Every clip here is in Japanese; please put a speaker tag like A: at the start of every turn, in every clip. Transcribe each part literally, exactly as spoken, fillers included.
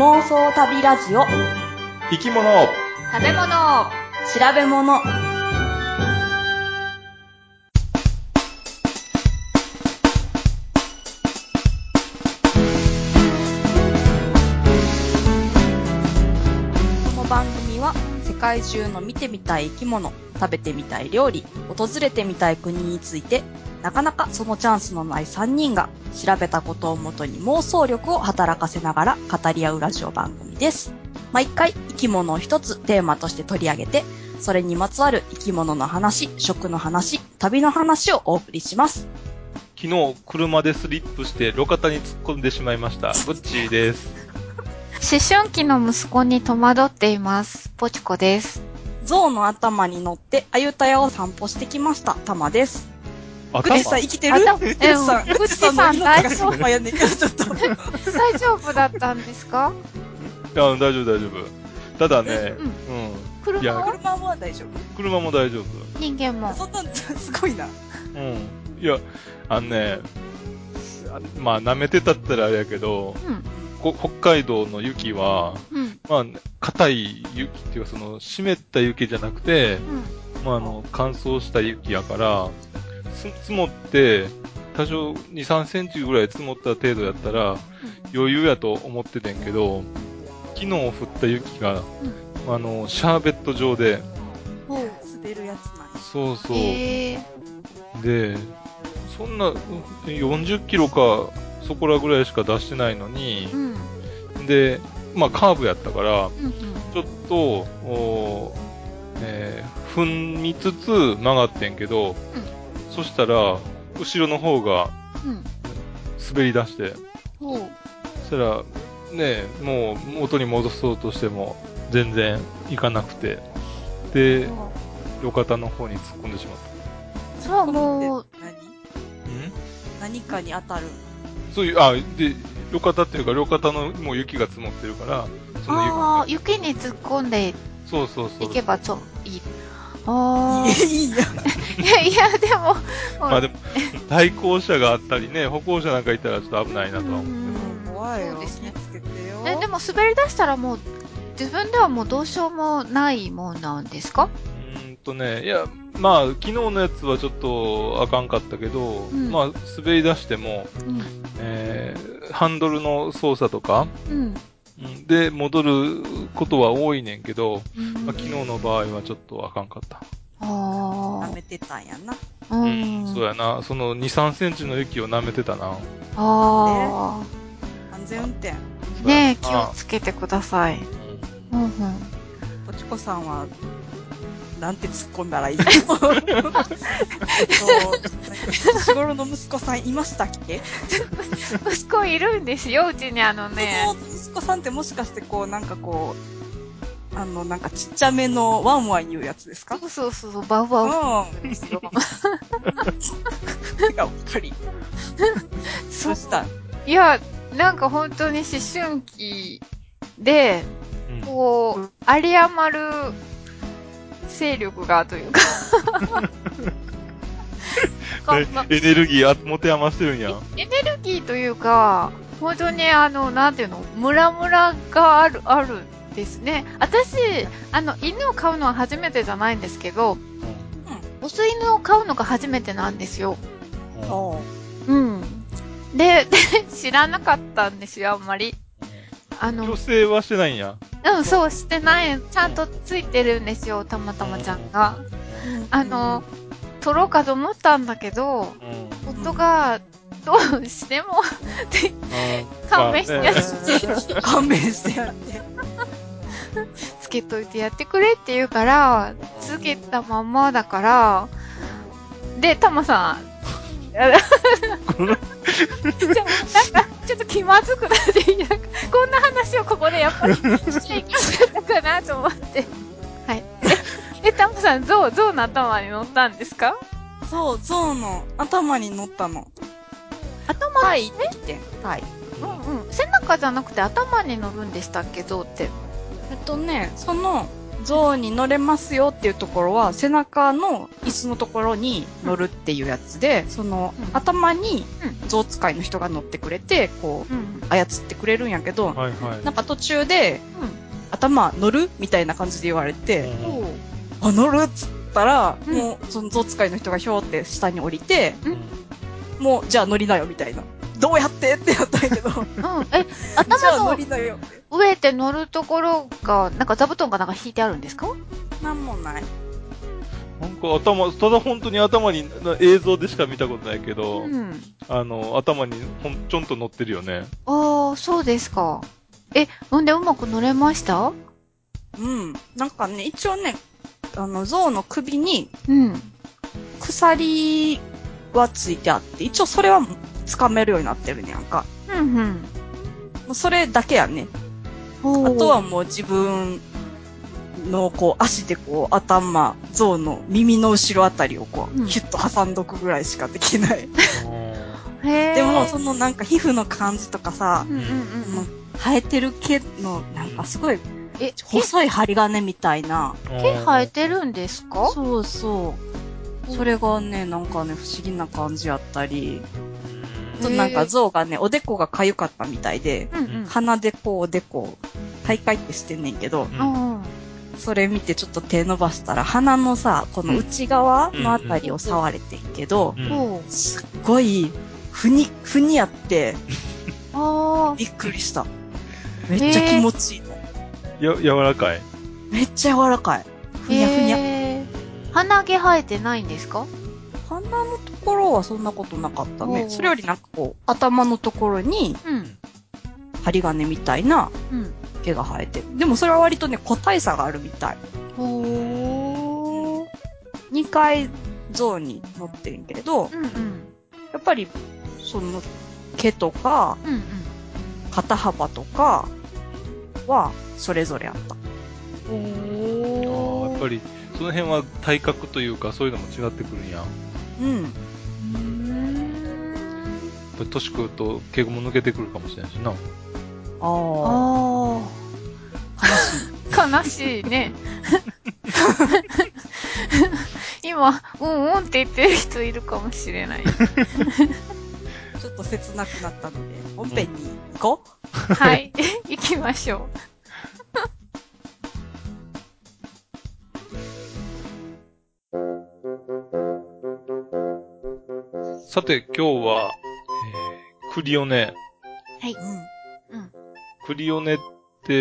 A: 妄想旅ラジオ。
B: 生き物、
C: 食べ物、
A: 調べ物。この番組は世界中の見てみたい生き物、食べてみたい料理、訪れてみたい国について、なかなかそのチャンスのないさんにんが調べたことをもとに妄想力を働かせながら語り合うラジオ番組です。毎回生き物を一つテーマとして取り上げて、それにまつわる生き物の話、食の話、旅の話をお送りします。
B: 昨日車でスリップして路肩に突っ込んでしまいました。ブッチーです。
C: 思春期の息子に戸惑っています。ポチコです。
A: 象の頭に乗ってアユタヤを散歩してきました。タマです。グッチさん生きてる？
C: あ
A: グッチさん、グッチさんの命が心配やねんけど、ちょっと。
C: 大丈夫だったんですか？
B: いや、大丈夫大丈夫。ただね、
C: うん。
B: うん。
C: 車
B: いや
C: は
A: 車も大丈夫？
B: 車も大丈夫。
C: 人間も。
A: そんな、すごいな。
B: うん。いや、あのね、まあ、舐めてたったらあれやけど、
C: うん。
B: こ北海道の雪は、
C: うん。
B: まあ、硬い雪っていうか、その、湿った雪じゃなくて、
C: うん。
B: まあ、あの、乾燥した雪やから、つ積もって、多少に、さんセンチぐらい積もった程度やったら、余裕やと思っててんけど、昨日降った雪が、うん、あの、シャーベット状で、
A: ほう、滑るやつない。
B: そうそう。
C: へ
B: ーで、そんな、よんじゅっキロか、そこらぐらいしか出してないのに、うん、で、まあ、カーブやったから、うんうん、ちょっと、おえー、踏みつつ曲がってんけど、うん、そしたら、後ろの方が、滑り出して、うん、そしたら、ね、もう元に戻そうとしても全然いかなくて、で、路肩の方に突っ込んでしまった。
C: それはもう、
A: 何？ん？何かに当たる。
B: そういう、あ、で、路肩っていうか、路肩のもう雪が積もってるから、
C: その雪ああ、雪に突っ込んで、
B: そうそうそう。
C: 行けばちょ、いい。ああ。
A: いいや。
C: いやいや、でも。
B: まあでも、対向車があったりね、歩行者なんかいたらちょっと危ないなとは思うけど。
A: 怖いよ。
C: そうですね。
A: 気をつけてよ。
C: え、でも滑り出したらもう、自分ではもうどうしようもないもんなんですか？
B: うーんとね、いや、まあ、昨日のやつはちょっとあかんかったけど、うん、まあ、滑り出しても、うんえー、ハンドルの操作とか、うんで、戻ることは多いねんけど、うんまあ、昨日の場合はちょっとあかんかった。
A: ああ。舐めてたんやな。
B: うん、そうやな。そのに、さんセンチの雪を舐めてたな。あ
C: あ。
A: 安全運転。
C: ねえ、気をつけてください。うん、うん、うん。
A: ポチコさんは、なんて突っ込んだらいいの？年頃の息子さんいましたっけ？
C: 息子いるんですよ、うちにあのね。
A: 息子さんってもしかしてこう、なんかこう、あの、なんかちっちゃめのワンワン言うやつですか？
C: そうそうそう、バウバウ言うんですよ。
A: やっぱり。そうした。
C: いや、なんか本当に思春期で、うん、こう、有り余る勢力がというか
B: エネルギー持て余してるんや。
C: エネルギーというか、本当にあの、なんていうの、ムラムラがある、あるんですね。私、あの、犬を飼うのは初めてじゃないんですけど、うん、オス犬を飼うのが初めてなんですよ。うん。で、で知らなかったんですよ、あんまり。
B: あの、虚勢はしてないんや。
C: うん、そう、してない。ちゃんとついてるんですよ、たまたまちゃんが。うん、あの、取ろうかと思ったんだけど、うん、夫が、どうしてもって勘弁してやって、
A: 勘弁してやって。
C: つけといてやってくれって言うから、つけたままだから、で、たまさん、なんか、ちょっと気まずくなって、なんかこんな話をここでやっぱりしちゃいけなかったかなと思って。はい。え、タモさん、ゾウ、ゾウの頭に乗ったんですか？
A: そう、ゾウの頭に乗ったの。
C: 頭
A: タイってきてん。タイ。
C: うんうん。背中じゃなくて頭に乗るんでしたっけ、ゾウって。
A: えっとね、その、 象に乗れますよっていうところは、背中の椅子のところに乗るっていうやつで、その、うん、頭に象使いの人が乗ってくれて、こう、うん、操ってくれるんやけど、はいはい、なんか途中で、うん、頭乗るみたいな感じで言われて、うん、あ、乗るっつったら、うん、もう、その象使いの人がひょーって下に降りて、うん、もう、じゃあ乗りなよみたいな。どうやってってやったんやけど。うん。
C: え、頭の上って乗るところが、なんか座布団かなんか引いてあるんですか？
A: なんもない。
B: なんか頭、ただ本当に頭に映像でしか見たことないけど、うん、あの、頭にほんちょんと乗ってるよね。
C: ああ、そうですか。え、ほんでうまく乗れました？
A: うん。なんかね、一応ね、あの、象の首に、うん。鎖はついてあって、一応それは掴めるようになってるねやんか。うんうん。もうそれだけやね。あとはもう自分のこう足でこう頭、象の耳の後ろあたりをこう、うん、ヒュッと挟んどくぐらいしかできない。へでもそのなんか皮膚の感じとかさ、うんうんうん、生えてる毛のなんかすごい、え、細い針金みたいな。
C: 毛生えてるんですか？
A: そうそう。それがね、なんかね、不思議な感じやったり、となんか象がね、おでこが痒かったみたいで、うんうん、鼻でこうおでこ、大会ってしてんねんけど、うん、それ見てちょっと手伸ばしたら、鼻のさ、この内側のあたりを触れてんけど、うんうん、すっごい、ふに、ふにあって、びっくりした。めっちゃ気持ちいいの。
B: や、柔らかい？
A: めっちゃ柔らかい。ふにゃふにゃ。
C: 鼻毛生えてないんですか？
A: 鼻のところはそんなことなかったね。それよりなんかこう、頭のところに、うん、針金みたいな毛が生えてる。でもそれは割とね、個体差があるみたい。ほー。二回象に乗ってるんけれど、うんうん、やっぱり、その毛とか、うんうん、肩幅とかはそれぞれあった。
B: おー。ああ、やっぱり、その辺は体格というかそういうのも違ってくるんや。うん。うーん。やっぱり年食うと毛も抜けてくるかもしれないしな。あ
A: あ。
C: 悲しい。悲しいね。今、うんうんって言ってる人いるかもしれない。
A: ちょっと切なくなったので、本編に行こう、
C: うん、はい。行きましょう。
B: さて、今日は、えー、クリオネ。はい。うん。クリオネって、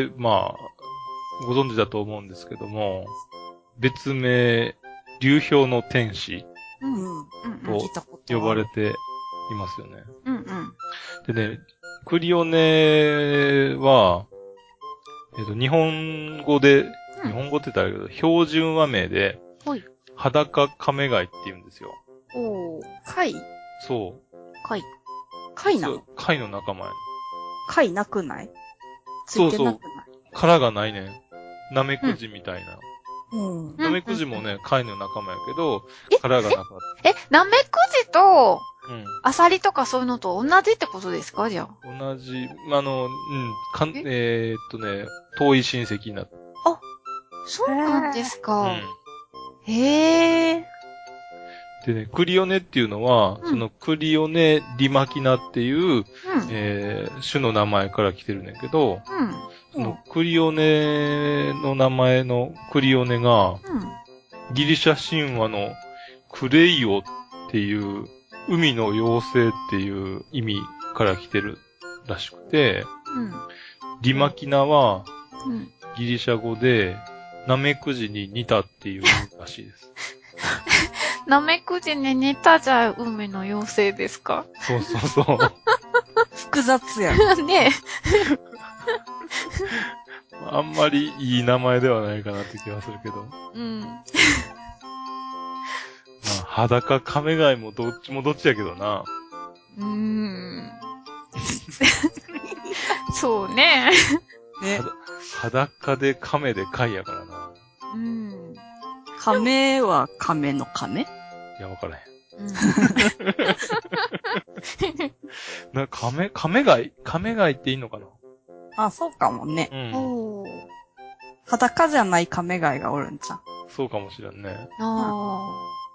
B: まあ、ご存知だと思うんですけども、別名、流氷の天使と呼ばれていますよね。うんうん。でね、クリオネは、えっと、日本語で、うん、日本語って言ったらあれだけど、標準和名で、はい。裸亀貝って言うんですよ。
A: おー、貝？
B: そう。
A: 貝。貝なの？
B: 貝の仲間やね。
A: 貝なくない？ついてなくない？そうそう。
B: 殻がないねん。ナメクジみたいな。うん。ナメクジもね、貝の仲間やけど、殻がなかった。
C: え、ナメクジと、うん。アサリとかそういうのと同じってことですか？じゃ
B: あ。同じ、あの、うん、かん、えー、っとね、遠い親戚になった。
C: あ、そうなんですか。うん。へー。
B: でね、クリオネっていうのは、うん、そのクリオネリマキナっていう、うん、えー、種の名前から来てるねんけど、うん、そのクリオネの名前のクリオネが、うん、ギリシャ神話のクレイオっていう海の妖精っていう意味から来てるらしくて、うん、リマキナは、ギリシャ語でナメクジに似たっていう意味らしいです。
C: ナメクジに似たじゃ海の妖精ですか？
B: そうそうそう。
A: 複雑やん。
C: ね
B: え。あんまりいい名前ではないかなって気はするけど。うん。まあ、裸亀貝もどっちもどっちやけどな。うーん。
C: そうね。
B: ね。裸で亀で貝やからな。うん。
A: 亀は亀の亀？い
B: や、わからへん。うん、な、亀、亀貝亀貝っていいのかな？
A: あ、そうかもね。うん。 裸じゃない亀貝がおるんじゃん。
B: そうかもしれんね。
C: あ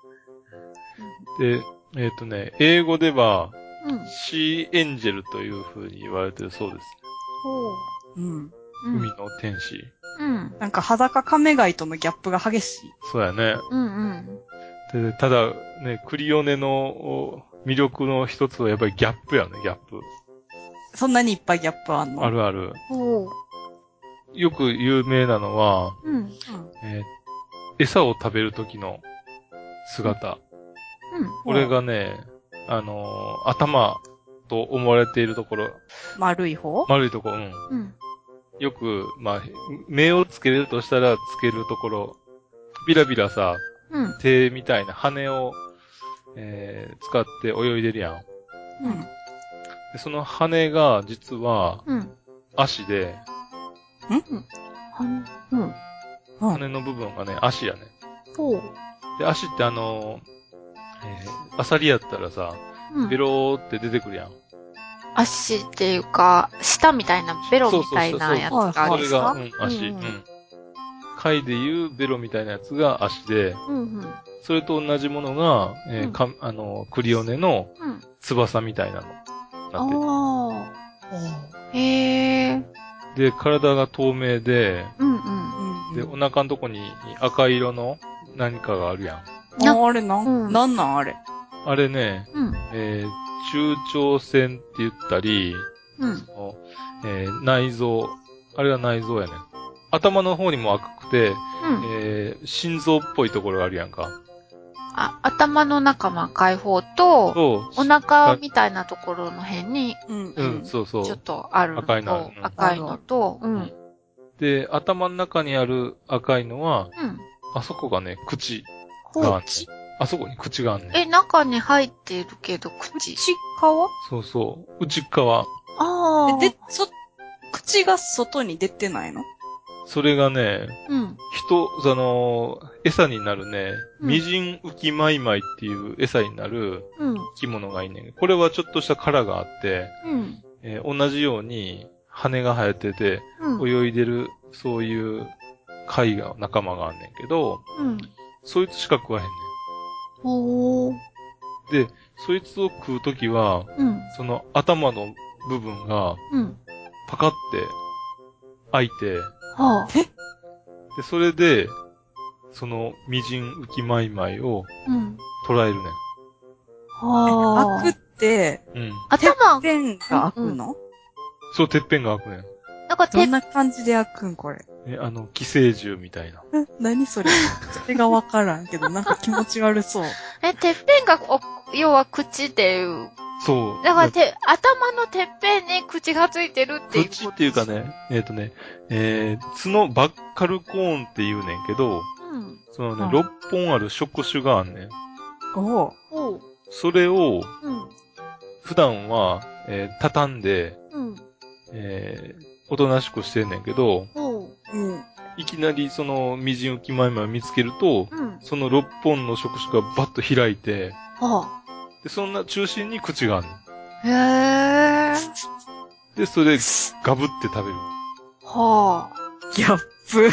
B: で、えっ、とね、英語では、
C: ー。うん。
B: シーエンジェルという風に言われてるそうです。
C: ほう。
A: うん。
C: うん
B: 海の天使。
C: うん。
A: なんか裸亀貝とのギャップが激しい。
B: そうやね。
C: うんうん。
B: で、ただ、ね、クリオネのお魅力の一つはやっぱりギャップやね、ギャップ。
A: そんなにいっぱいギャップあんの？
B: あるある。
C: ほう。
B: よく有名なのは、
C: うん。
B: えー餌を食べる時の姿。
C: うん。
B: これがね、あのー頭と思われているところ、
A: 丸い方？
B: 丸いところ、うん。
C: うん。
B: よく、まあ、目をつけれるとしたらつけるところ、ビラビラさ、
C: うん。
B: 手みたいな羽を、えー使って泳いでるやん。
C: うん。
B: でその羽が実は
C: うん。
B: 足で、
C: はん。うん。
A: うん。
B: 羽の部分がね、足やね。
C: ほう。
B: で、足ってあのー、えーアサリやったらさ、
C: うん。
B: ベローって出てくるやん。
C: 足っていうか、舌みたいな、ベロみたいなやつがあ
B: それが、
C: るんですか？
B: うん、足。
C: う
B: うんん。貝でいうベロみたいなやつが足で、
C: うんうん。
B: それと同じものが、えー
C: うん
B: か、あのー、クリオネの
C: うん。
B: 翼みたいなの。なってる。
C: ああ。へえ。
B: で、体が透明で、
C: うんうん。
A: うん。
B: で、お腹のとこに赤色の何かがあるやん。
A: あ、あれなん、
C: うん
A: なんなんあれ。
B: あれね、
C: うん。
B: えー、中腸線って言ったり、
C: うん。
B: そのえー、内臓、あれは内臓やね。頭の方にも赤くて、
C: うん。
B: えー、心臓っぽいところがあるやんか。
C: あ、頭の中の赤い方と、
B: と、
C: お腹みたいなところの辺に、
A: うん。
B: うん、そうそう。
C: ちょっとあるのと、
B: 赤いのあるうん
C: 赤いのと、うん。うん。
B: で、頭の中にある赤いのは、あそこがね、口があんねん。あそこに口があんねん。
C: え、中に入ってるけど、口。
A: 内側？
B: そうそう。内側。
C: ああ。
A: え、で、そ、口が外に出てないの？
B: それがね、
C: うん。
B: 人、その、餌になるね、
C: うん
B: ミジンウキマイマイっていう餌になる
C: うん。
B: 生き物がいんねん。これはちょっとした殻があって、
C: うん。
B: えー同じように羽が生えてて、
C: うん。
B: 泳いでる、そういう貝が、仲間があんねんけど、
C: うん。
B: そいつしか食わへんね
C: ほー。
B: ん。で、そいつを食うときは、
C: うん。
B: その頭の部分が
C: うん。
B: パカって開いて、
C: はあ。
B: で、それで、そのミジンウキマイマイを
C: うん。
B: 捉えるね
C: はあ。
A: 開くって、
B: ん。うん。
C: 頭、
A: ペンが開くの？
B: そう、てっぺんが開くねん。
C: なんかてっ、
A: どんな感じで開くんこれ。
B: え、あの、寄生獣みたいな。
A: え、何それ。それがわからんけど、なんか気持ち悪そう。
C: え、てっぺんが、お、要は口っていう。
B: そう。
C: だからて、頭のてっぺんに口がついてるっていうこと。
B: 口っていうかね、えっ、とね、えー、角バッカルコーンって言うねんけど、
C: うん。
B: そのね、
A: うん
B: ろっぽんある触手があんねん。
A: おう。
C: おう。
B: それを、
C: うん。
B: 普段は、えー畳んで、
C: うん。
B: えー、おとなしくしてんねんけど、
C: おう。
A: うん。
B: いきなりその、ミジンウキマイマイを見つけると、
C: うん。
B: そのろっぽんの触手がバッと開いて、
C: は
B: で、そんな中心に口があるの。
C: あ。へえ。
B: で、それ、ガブって食べる。
C: は
A: ギャップ。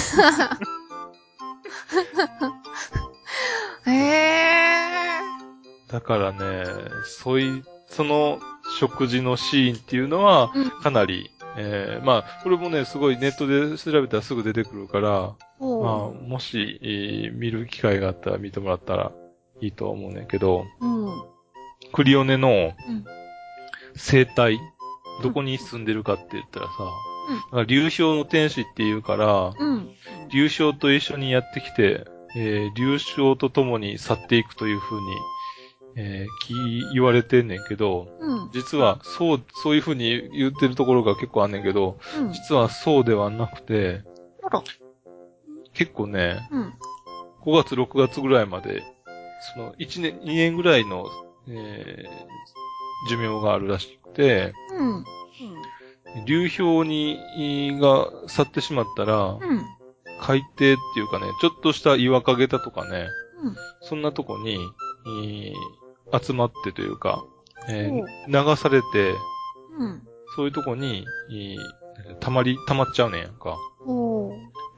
C: あ。へえ。
B: だからね、そうい、その食事のシーンっていうのは
C: うん、
B: かなり、えー、まあ、これもね、すごいネットで調べたらすぐ出てくるから、まあ、
C: おう。
B: もし、えー見る機会があったら見てもらったらいいと思うねんけど、
C: うん。
B: クリオネの
C: うん
B: 生態、どこに住んでるかって言ったらさ、なんか流氷の天使っていうから、
C: うん。
B: 流氷と一緒にやってきて、えー流氷と共に去っていくという風に、えーき言われてんねんけど、
C: うん。
B: 実はそう、そういう風に言ってるところが結構あんねんけど、
C: うん。
B: 実はそうではなくて、
C: あら。
B: 結構ね、
C: うん。
B: ごがつ、ろくがつぐらいまで、そのいちねん、にねんぐらいの、えー寿命があるらしくて、
C: うん。
B: 流氷に、が去ってしまったら、
C: うん。
B: 海底っていうかね、ちょっとした岩陰だとかね、
C: うん。
B: そんなとこに、えー集まってというか、えー
C: おう
B: 流されて、
C: うん。
B: そういうとこに、えーたまり、溜まっちゃうねんやんか。
C: おう。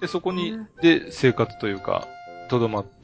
B: で、そこに、で、生活というか、とどまって、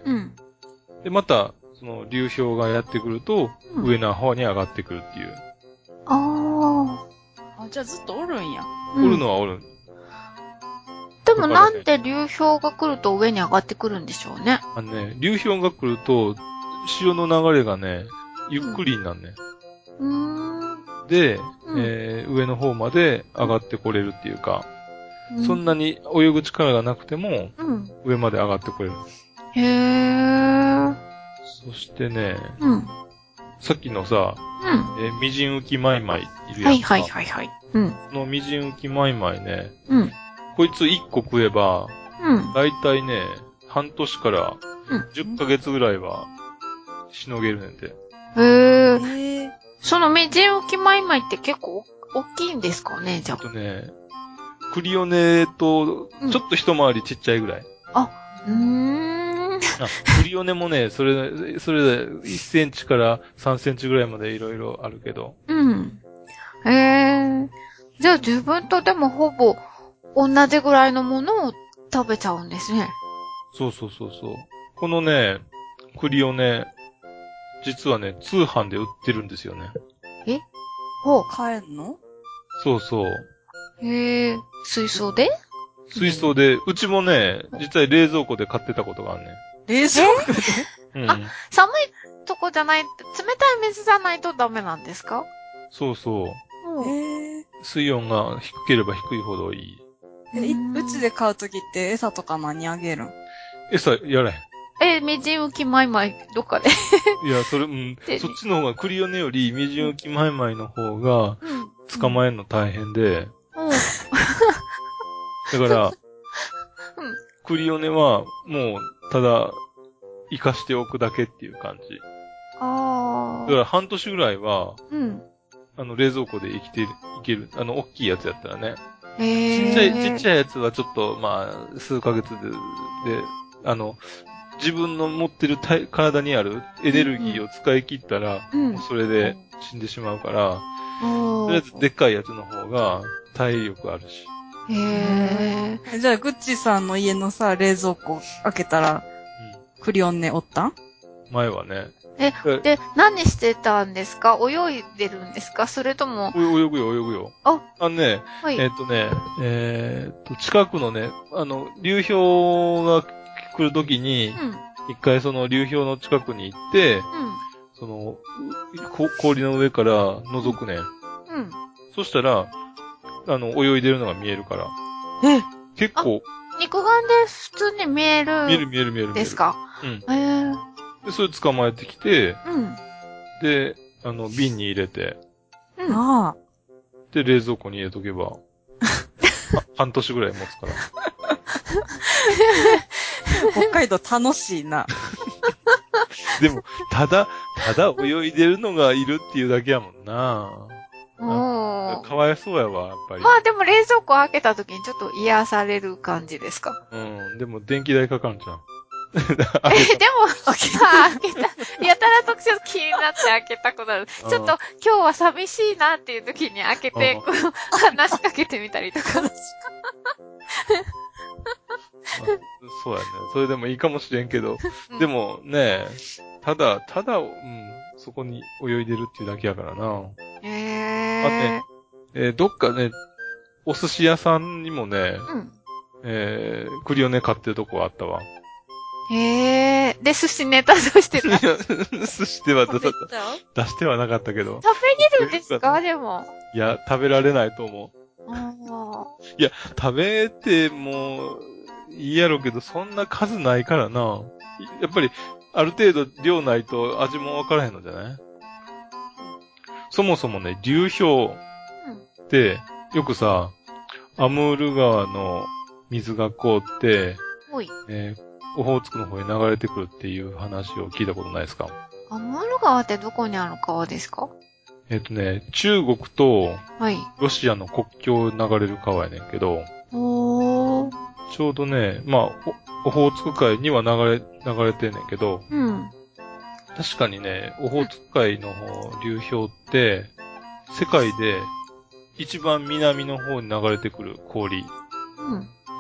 C: うん。
B: で、また、その、流氷がやってくると、
C: うん、
B: 上の方に上がってくるっていう。
C: あ
A: あ。あ、じゃあずっとおるんや。
B: おるのはおる。
C: でもなんで流氷が来ると上に上がってくるんでしょうね。
B: あのね、流氷が来ると、潮の流れがね、ゆっくりになんね。
C: うーん。
B: で、
C: うん、
B: えー、上の方まで上がってこれるっていうか、
C: うん、
B: そんなに泳ぐ力がなくても、
C: うん、
B: 上まで上がってこれる。
C: へー。
B: そしてね、
C: うん。
B: さっきのさ、
C: うん。
B: えー、ミジンウキマイマイいるやんか。
C: はいはいはいはい。うん。
B: そのミジンウキマイマイね、
C: うん。
B: こいついっこ食えば、
C: うん。
B: だいたいね、半年から
C: うん
B: じゅっかげつぐらいは、しのげるねんて。
C: へー。
A: へえ。
C: そのミジンウキマイマイって結構大きいんですかね、じゃ
B: あとね、クリオネと、ちょっと一回りちっちゃいぐらい。
C: あ。あ、うーん。
B: あ、クリオネもね、それ、それでいっセンチからさんセンチぐらいまでいろいろあるけど。
C: うん。へえ。じゃあ自分とでもほぼ同じぐらいのものを食べちゃうんですね。
B: そうそうそうそう。このね、クリオネ、実はね、通販で売ってるんですよね。
C: えほう。
A: 買えんの？
B: そうそう。
C: へえ。水槽で？
B: 水槽で、うちもね、実は冷蔵庫で買ってたことがあるね。
A: 冷蔵庫で？
B: うん。
C: あ、寒いとこじゃない、冷たい水じゃないとダメなんですか？
B: そうそう。
A: へえ。
B: 水温が低ければ低いほどいい。
A: え、いうちで買うときって餌とか何あげるん？
B: 餌やらへん。
C: え、みじん浮きマイマイどっかで。
B: いや、それ、うん、そっちの方がクリオネよりみじん浮きマイマイの方が捕まえるの大変で、
C: うん。
B: だから、
C: うん。
B: クリオネはもうただ生かしておくだけっていう感じ。
C: ああ。
B: だから半年ぐらいは、
C: うん。
B: あの冷蔵庫で生きていける。あの大きいやつやったらね。
C: へえ。
B: ちっちゃい、ちっちゃいやつはちょっと、まあ、数ヶ月で、で、あの、自分の持ってる体体にあるエネルギーを使い切ったら、
C: うん、
B: もうそれで死んでしまうから、
C: と
B: りあえずでっかいやつの方が体力あるし。
C: へ
A: え。じゃあ、グッチさんの家のさ、冷蔵庫開けたら、うん、クリオネおったん？
B: 前はね。
C: え、で、何してたんですか？泳いでるんですか？それとも。
B: 泳ぐよ、泳ぐよ。
C: あ、
B: あのね、はい、えっとね、えー、っと、近くのね、あの、流氷が来るときに、うん、一回その流氷の近くに行って、うん、その、氷の上から覗くね。うん。そしたら、あの、泳いでるのが見えるから。
C: え
B: 結構。
C: 肉眼で普通に見える。
B: 見える見える見える。
C: ですか？うん。へー。
B: で、それ捕まえてきて、
C: うん。
B: で、あの、瓶に入れて、
C: うん。ああ。
B: で、冷蔵庫に入れとけば、半年ぐらい持つから。
A: 北海道楽しいな。
B: でも、ただ、ただ泳いでるのがいるっていうだけやもんな。おー。かわいそうやわ、やっぱり。
C: まあでも冷蔵庫開けた時にちょっと癒される感じですか？
B: うん、でも電気代かかるんじゃん。
C: え、でも、開けた、やたらとちょっと気になって開けたくなる。ちょっと今日は寂しいなっていう時に開けて、話しかけてみたりとか。まあ、
B: そうやね。それでもいいかもしれんけど、うん、でもね、ただ、ただ、うん、そこに泳いでるっていうだけやからな。
C: へー。
B: あね、えー、どっかね、お寿司屋さんにもね、うん、えー、クリオネ買ってるとこあったわ。
C: へー。で、寿司ネタとしてた。い
B: や、寿司では出さ出してはなかったけど。
C: 食べれるんですかでも。
B: いや、食べられないと思う。あいや、食べてもいいやろうけど、そんな数ないからな。やっぱり、ある程度量ないと味もわからへんのじゃない？そもそもね、流氷って、よくさ、アムール川の水が凍って、えーオホーツクの方に流れてくるっていう話を聞いたことないですか？
C: アムール川ってどこにある川ですか？
B: えっとね、中国とロシアの国境を流れる川やねんけど、
C: おー。
B: ちょうどね、まあ、オホーツク海には流れ、流れてんねんけど、うん、確かにね、オホーツク海の流氷って、世界で一番南の方に流れてくる氷。うん、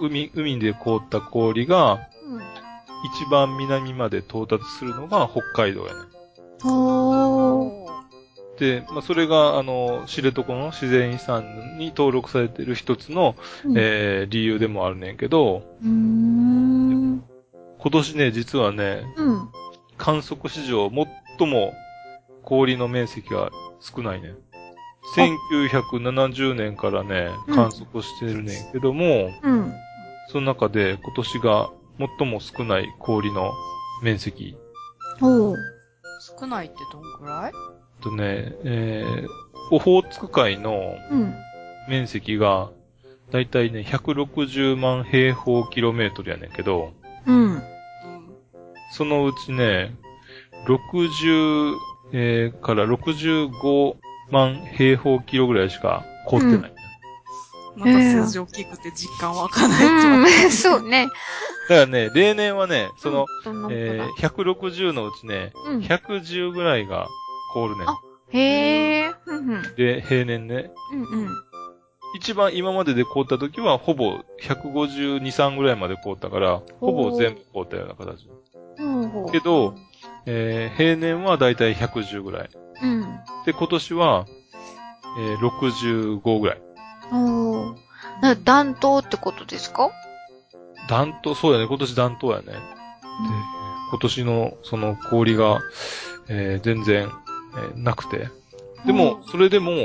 B: 海、海で凍った氷が、
C: うん。
B: 一番南まで到達するのが北海道やね。
C: ほー。
B: で、まあ、それが、あの、知床の自然遺産に登録されている一つの、
C: うん、
B: えー、理由でもあるねんけど、
C: うーん。
B: 今年ね、実はね、
C: うん。
B: 観測史上最も氷の面積が少ないねん。せんきゅうひゃくななじゅうねんからね、観測してるねんけども、
C: うん。
B: その中で今年が最も少ない氷の面積。
C: ほう。
A: 少ないってどんくらい？
B: とね、えー、オホーツク海の
C: うん。
B: 面積が、だいたいね、ひゃくろくじゅうまん平方キロメートルやねんけど、
C: うん。
B: そのうちね、ろくじゅう、えー、からろくじゅうごまん平方キロぐらいしか凍ってない。
A: うんまた数字大きくて実感湧かないと思
C: うん、
A: う。
C: そうね。
B: だからね、例年はね、その、
C: うん
B: えー、ひゃくろくじゅうのうちね、
C: うん
B: ひゃくじゅうぐらいが凍るねん。
C: あへえ。うんうん。
B: で、平年ね。
C: うんうん。
B: 一番今までで凍った時は、ほぼひゃくごじゅうに、さんぐらいまで凍ったから、ほぼ全部凍ったような形。
C: ほう
B: けど、えー、平年はだいたいひゃくじゅうぐらい。
C: うん。
B: で、今年は、えー、ろくじゅうごぐらい。
C: おー。な、暖冬ってことですか？
B: 暖冬、そうやね、今年暖冬やね。で、今年のその氷が、えー、全然、えー、なくて。でも、それでも、
C: うん。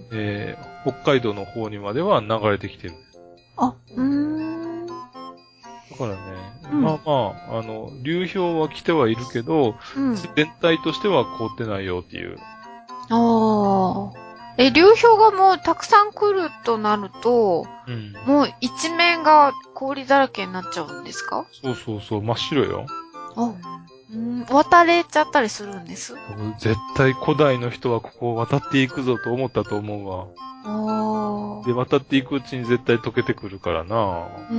B: えー、北海道の方にまでは流れてきてる。
C: あ、うーん。
B: だからね、
C: うん
B: まあまあ、あの、流氷は来てはいるけど、
C: うん。
B: 全体としては凍ってないよっていう。
C: ああ。え、流氷がもうたくさん来るとなると、
B: うん。
C: もう一面が氷だらけになっちゃうんですか？
B: そうそうそう、真っ白よ。
C: あ、うん、渡れちゃったりするんです。
B: 絶対古代の人はここを渡っていくぞと思ったと思うわ。
C: ああ。
B: で、渡っていくうちに絶対溶けてくるからな。
C: うん。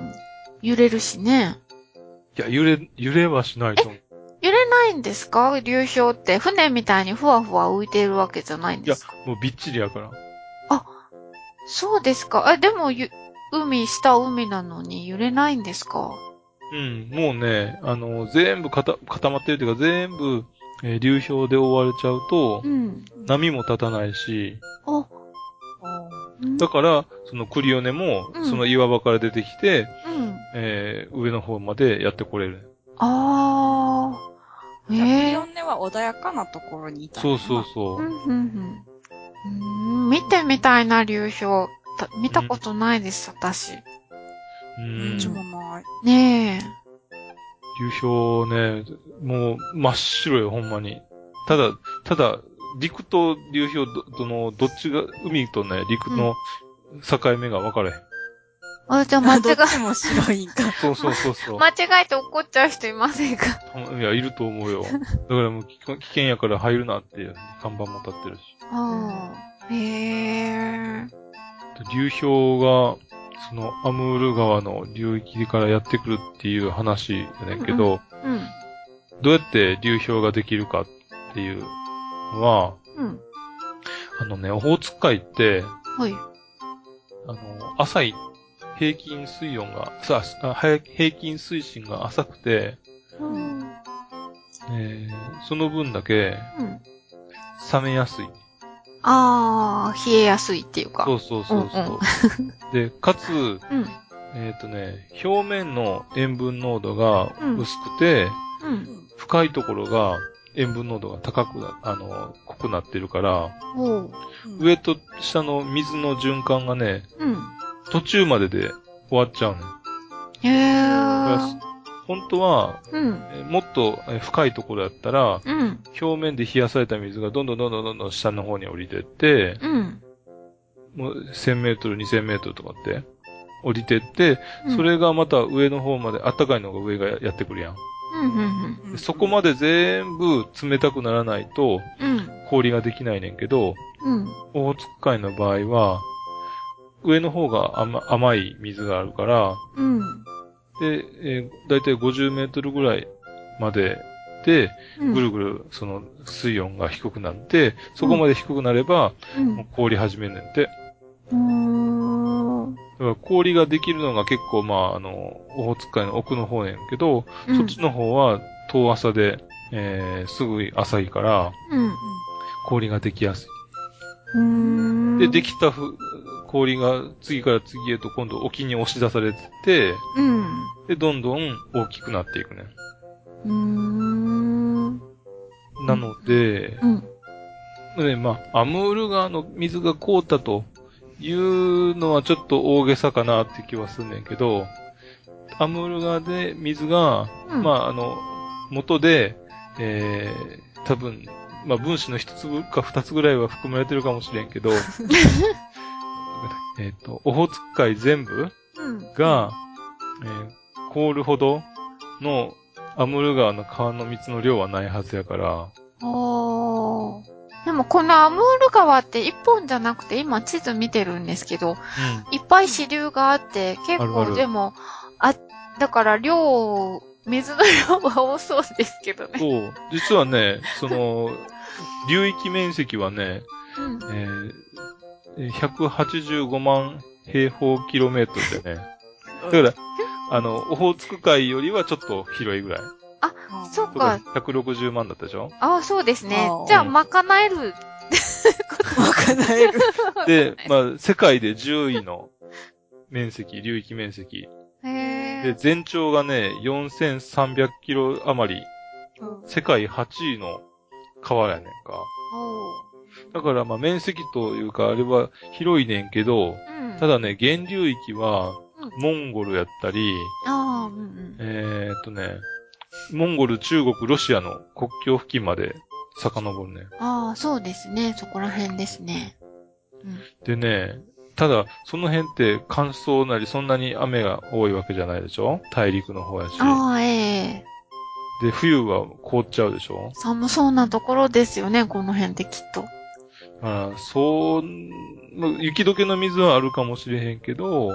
C: 揺れるしね。
B: いや、揺れ、揺れはしないと思う。
C: 揺れないんですか？流氷って。船みたいにふわふわ浮いているわけじゃないん
B: いや
C: ですか？、
B: もうびっちりやから。
C: そうですか。え、でもゆ、海、下海なのに揺れないんですか？
B: うん、もうね、あの、全部かた固まってるというか、全部、えー流氷で覆われちゃうと、
C: うん。
B: 波も立たないし、
C: あ、うん
B: だから、そのクリオネも、
C: うん
B: その岩場から出てきて、
C: うん。
B: えー上の方までやってこれる。
C: ああ。
A: ク
C: ええ
A: リオネは穏やかなところにいたん
B: そう
A: やな
B: そうそうう。
C: ん、うん、うん。うーん、見てみたいな、流氷。た見たことないです、私。
B: う
A: うん
B: ん。
A: ちも
B: 流
A: ない。
C: ねえ。
B: 氷ね、もう真っ白よ、ほんまに。ただ、ただ、陸と流氷ど、どの、どっちが、海とね、陸の境目が分かれへん。
C: あ、じゃあ間違
A: どっちも白いんか。
B: そうそうそうそう。
C: 間違えて怒っちゃう人いませんか？
B: いや、いると思うよ。だからもう危険危険やから入るなっていう看板も立ってるし。
C: ああ。へえ。
B: 流氷が、そのアムール川の流域からやってくるっていう話やねんけど、
C: うん。
B: どうやって流氷ができるかっていうのは、
C: うん。
B: あのね、オホーツク海って、
C: はい。
B: あの、浅い、平均水温が、さあ、は平均水深が浅くて、
C: うん。
B: えーその分だけ
C: うん。
B: 冷めやすい。
C: ああ、冷えやすいっていうか。
B: そうそうそうそう。で、かつ、
C: うん。
B: えっ、とね、表面の塩分濃度が
C: うん
B: 薄くて、
C: うん。
B: 深いところが塩分濃度が高くな、あの、濃くなってるから、
C: おう。
B: 上と下の水の循環がね、
C: うん。
B: 途中までで終わっちゃうね。
C: へえ。
B: 本当は、
C: うん。
B: えもっとえ深いところだったら、
C: うん。
B: 表面で冷やされた水がどんどんどんどんどんどん下の方に降りてって、
C: うん。
B: もうせんメートル、にせんメートルとかって降りてって、
C: うん
B: それがまた上の方まで、暖かいのが上がやってくるやん。
C: うん。うん。
B: でそこまで全部冷たくならないと
C: うん。
B: 氷ができないねんけど、
C: うん。
B: オホーツク海の場合は、上の方が甘甘い水があるから、
C: うん。
B: で、えー、だいたいごじゅうメートルぐらいまでで、
C: うん。
B: ぐるぐる、その、水温が低くなって、そこまで低くなれば、
C: うん。
B: もう凍り始めんねんて。
C: うーん。
B: だから氷ができるのが結構、まあ、あの、オホーツク海の奥の方やんけど、うん、そっちの方は遠浅で、えー、すぐ浅いから、うん、氷ができやすい。うーんで、できたふ氷が次から次へと今度沖に押し出されてて、うん、で、どんどん大きくなっていくね。うーんなので、うんね、まあ、アムール川の水が凍ったというのはちょっと大げさかなって気はするんだけど、アムール川で水が、うん、まあ、あの、元で、えー、多分、まあ、分子の一粒か二つぐらいは含まれてるかもしれんけど、えっと、オホーツク海全部が、うんえー、凍るほどのアムール川の川の水の量はないはずやから。
C: おー。でもこのアムール川って一本じゃなくて今地図見てるんですけど、うん、いっぱい支流があって結構あるあるでも、あ、だから量、水の量は多そうですけどね。
B: そう。実はね、その、流域面積はね、うんえー、ひゃくはちじゅうごまん平方キロメートルでね。だから、あの、オホーツク海よりはちょっと広いぐらい。
C: あ、そうか。
B: ひゃくろくじゅうまんだったでしょ？
C: あ、そうですね。じゃあ、賄える。
A: 賄える。
B: で、まあ、世界でじゅういの面積、流域面積。へで、全長がね、よんせんさんびゃくキロ余り。うん、世界はちいの川やねんか。だから、まあ、面積というか、あれは広いねんけど、うん、ただね、源流域は、モンゴルやったり、うんうん、えーっとね、モンゴル、中国、ロシアの国境付近まで遡るね。
C: ああ、そうですね。そこら辺ですね。
B: うん、でね、ただ、その辺って乾燥なりそんなに雨が多いわけじゃないでしょ？大陸の方やし。
C: ああ、ええ
B: ー。で、冬は凍っちゃうでしょ？
C: 寒そうなところですよね、この辺ってきっと。
B: ああ、そう、雪解けの水はあるかもしれへんけど、うん。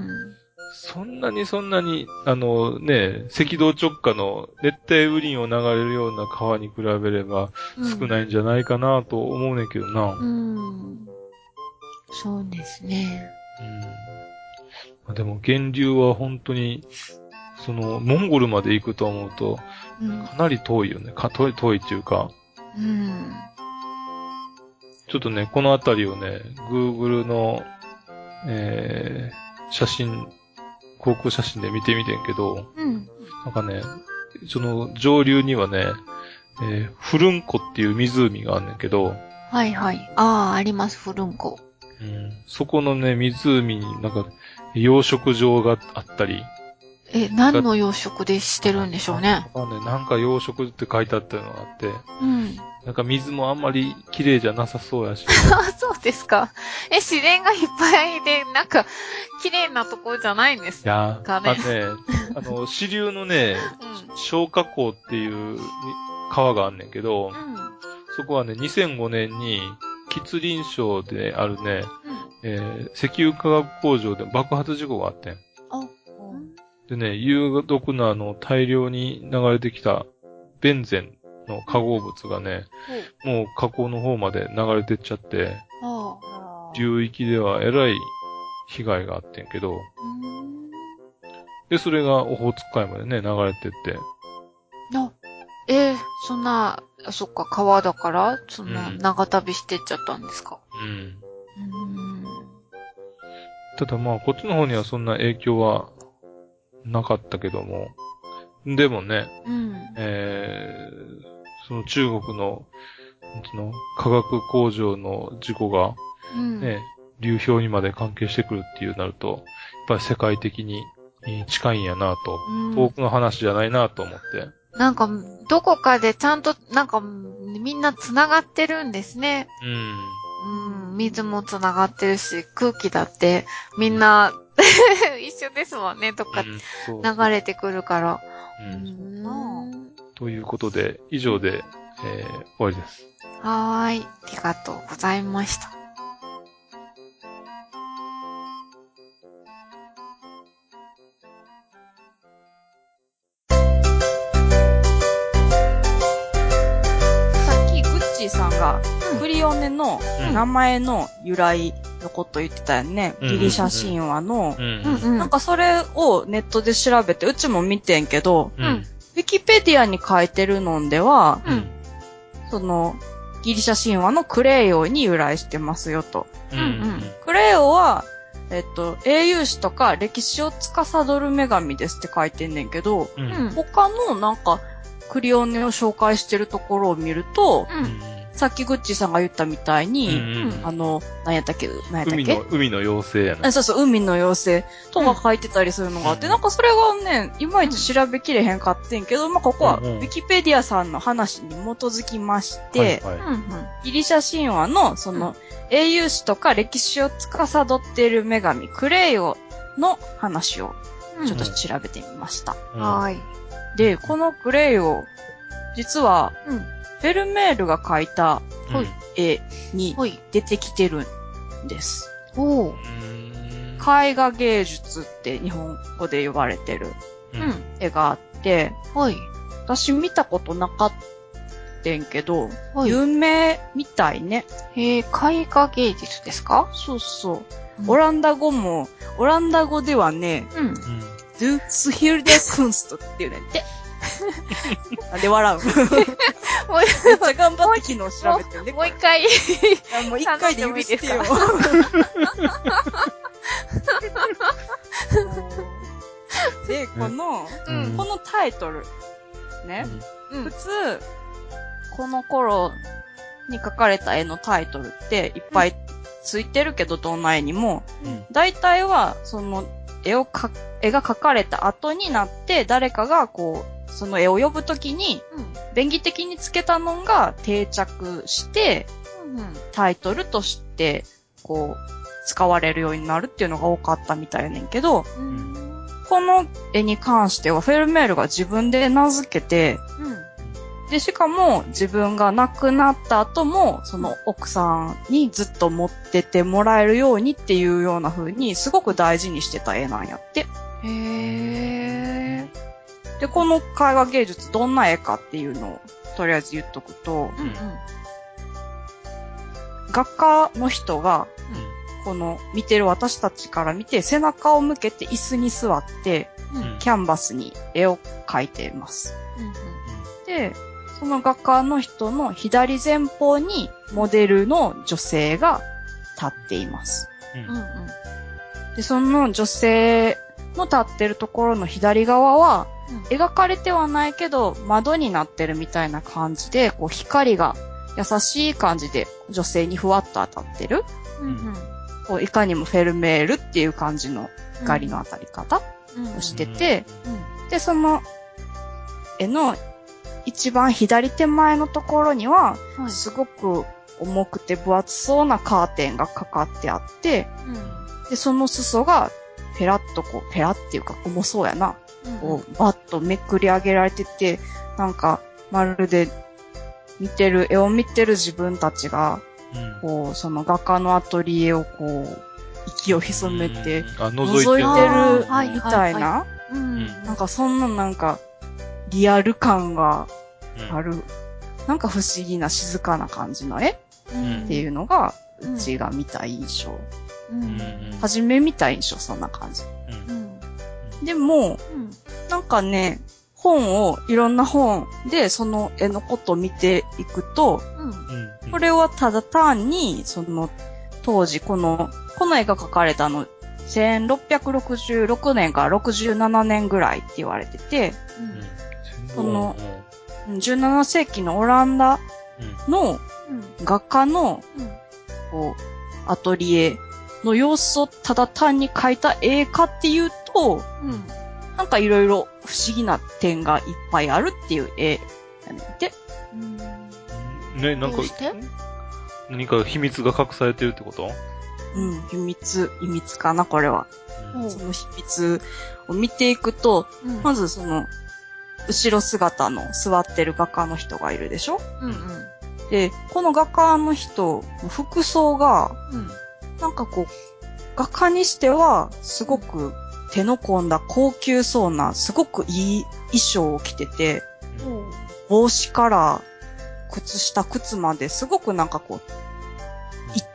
B: そんなにそんなに、あのね、赤道直下の熱帯雨林を流れるような川に比べれば少ないんじゃないかなと思うねんけどな。うん。うん
C: そうですね。
B: うん。でも源流は本当に、その、モンゴルまで行くと思うと、かなり遠いよね。か遠い、遠いっていうか。うん。ちょっとね、このあたりをね、Google の、えー、写真、航空写真で見てみてんけど、うん、なんかね、その上流にはね、えー、フルンコっていう湖があんねんけど、
C: はいはい。ああ、あります、フルンコ。
B: うん、そこのね、湖になんか養殖場があったり。
C: え、何の養殖でしてるんでしょうね。
B: なんかね、なんか養殖って書いてあったのがあって、うん。なんか水もあんまり綺麗じゃなさそうやし。
C: そうですか。え、自然がいっぱいで、なんか、綺麗なところじゃないんですかね。いや、あ
B: ね、あの、支流のね、うん、消化港っていう川があんねんけど、うん、そこはね、にせんごねんに、吉林省であるね、うんえー、石油化学工場で爆発事故があってん。あでね、有毒なあの大量に流れてきたベンゼンの化合物がね、うん、もう河口の方まで流れてっちゃって、流域ではえらい被害があってんけど、で、それがオホーツク海までね、流れてって。
C: あ、えー、そんな、そっか、川だから、そんな長旅してっちゃったんですか。うん。うん
B: ただまあ、こっちの方にはそんな影響はなかったけども、でもね、うん、えー、その中国の、その化学工場の事故が、ね、うん、流氷にまで関係してくるっていうなると、やっぱり世界的に近いんやなと、うん、遠くの話じゃないなと思って。
C: なんか、どこかでちゃんと、なんか、みんな繋がってるんですね。うん。うん、水も繋がってるし、空気だって、みんな、一緒ですもんね、とか、流れてくるから。うん。
B: うん、ということで、以上で、えー、終わりです。
C: はーい。ありがとうございました。
A: さんが、クリオネの名前の由来のこと言ってたよね。ギリシャ神話の。
B: うんうん。
A: なんかそれをネットで調べて、うちも見てんけど、
B: うん。
A: ウィキペディアに書いてるのでは、
B: うん。
A: その、ギリシャ神話のクレイオに由来してますよと。
B: うんうん。
A: クレイオは、えっと、英雄史とか歴史を司る女神ですって書いてんねんけど、
B: うん。
A: 他のなんか、クリオネを紹介してるところを見ると、さっきグッチーさんが言ったみたいに、
B: うんうん、
A: あの、何やったっけ何やったっけ
B: 海の、海の妖精やな。
A: そうそう、海の妖精とか書いてたりするのがあって、うん、なんかそれがね、いまいち調べきれへんかってんけど、まあ、ここは、ウィキペディアさんの話に基づきまして、はいはい、ギリシャ神話の、その、うん、英雄史とか歴史を司っている女神、クレイオの話を、ちょっと調べてみました。
C: はい、うん。
A: で、このクレイオ、実は、うん、フェルメールが描いた絵に出てきてるんです。
C: おう。
A: 絵画芸術って日本語で呼ばれてる絵があって、
C: はい、
A: 私見たことなかったんけど、はい、有名みたいね。
C: へえ、絵画芸術ですか？
A: そうそう、うん。オランダ語も、オランダ語ではね、うん、ドゥスヒルデクンストっていうねんて。なんで笑うめっちゃ頑張って昨日調べてるね。
C: もう一回。
A: もう一回で許してよ。で、この、うん、このタイトル、ね、うん、普通、この頃に描かれた絵のタイトルっていっぱいついてるけど、どんな絵にも、うん、大体は、その、絵をか、絵が描かれた後になって、誰かがこう、その絵を呼ぶときに、うん、便宜的につけたのが定着して、うんうん、タイトルとして、こう、使われるようになるっていうのが多かったみたいやねんけど、うん、この絵に関してはフェルメールが自分で名付けて、うん、で、しかも自分が亡くなった後も、その奥さんにずっと持っててもらえるようにっていうような風に、すごく大事にしてた絵なんやって。
C: へー。
A: で、この絵画芸術どんな絵かっていうのをとりあえず言っとくと、うんうん、画家の人が、うん、この見てる私たちから見て背中を向けて椅子に座って、うん、キャンバスに絵を描いています、うんうん。で、その画家の人の左前方にモデルの女性が立っています。うんうん、で、その女性の立ってるところの左側は、描かれてはないけど窓になってるみたいな感じで、こう光が優しい感じで女性にふわっと当たってる。うんうん、こういかにもフェルメールっていう感じの光の当たり方をしてて、うんうんうん、で、その絵の一番左手前のところには、はい、すごく重くて分厚そうなカーテンがかかってあって、うん、で、その裾がペラッとこう、ペラっていうか重そうやな。こう、バッとめくり上げられてて、なんか、まるで、見てる、絵を見てる自分たちが、うん、こう、その画家のアトリエをこう、息を潜めて、覗いてるみたいな、なんかそんななんか、リアル感がある、うん、なんか不思議な静かな感じの絵、うん、っていうのが、うちが見た印象。うん、初め見た印象、そんな感じ。うんでも、うん、なんかね、本を、いろんな本でその絵のことを見ていくと、うん、これはただ単に、その、当時この、この絵が描かれたの、せんろっぴゃくろくじゅうろくねんからろくじゅうななねんぐらいって言われてて、うん、この、じゅうななせいきのオランダの画家の、こう、アトリエの様子をただ単に描いた絵かっていうと、うん、なんかいろいろ不思議な点がいっぱいあるっていう絵やねんて。
B: うん、ね、なんか、何か秘密が隠されてるってこと？
A: うん、秘密、秘密かな、これは。うん、その秘密を見ていくと、うん、まずその、後ろ姿の座ってる画家の人がいるでしょ？うんうん、で、この画家の人の服装が、うん、なんかこう、画家にしては、すごく手の込んだ高級そうな、すごくいい衣装を着てて、うん、帽子から靴下、靴まですごくなんかこう、一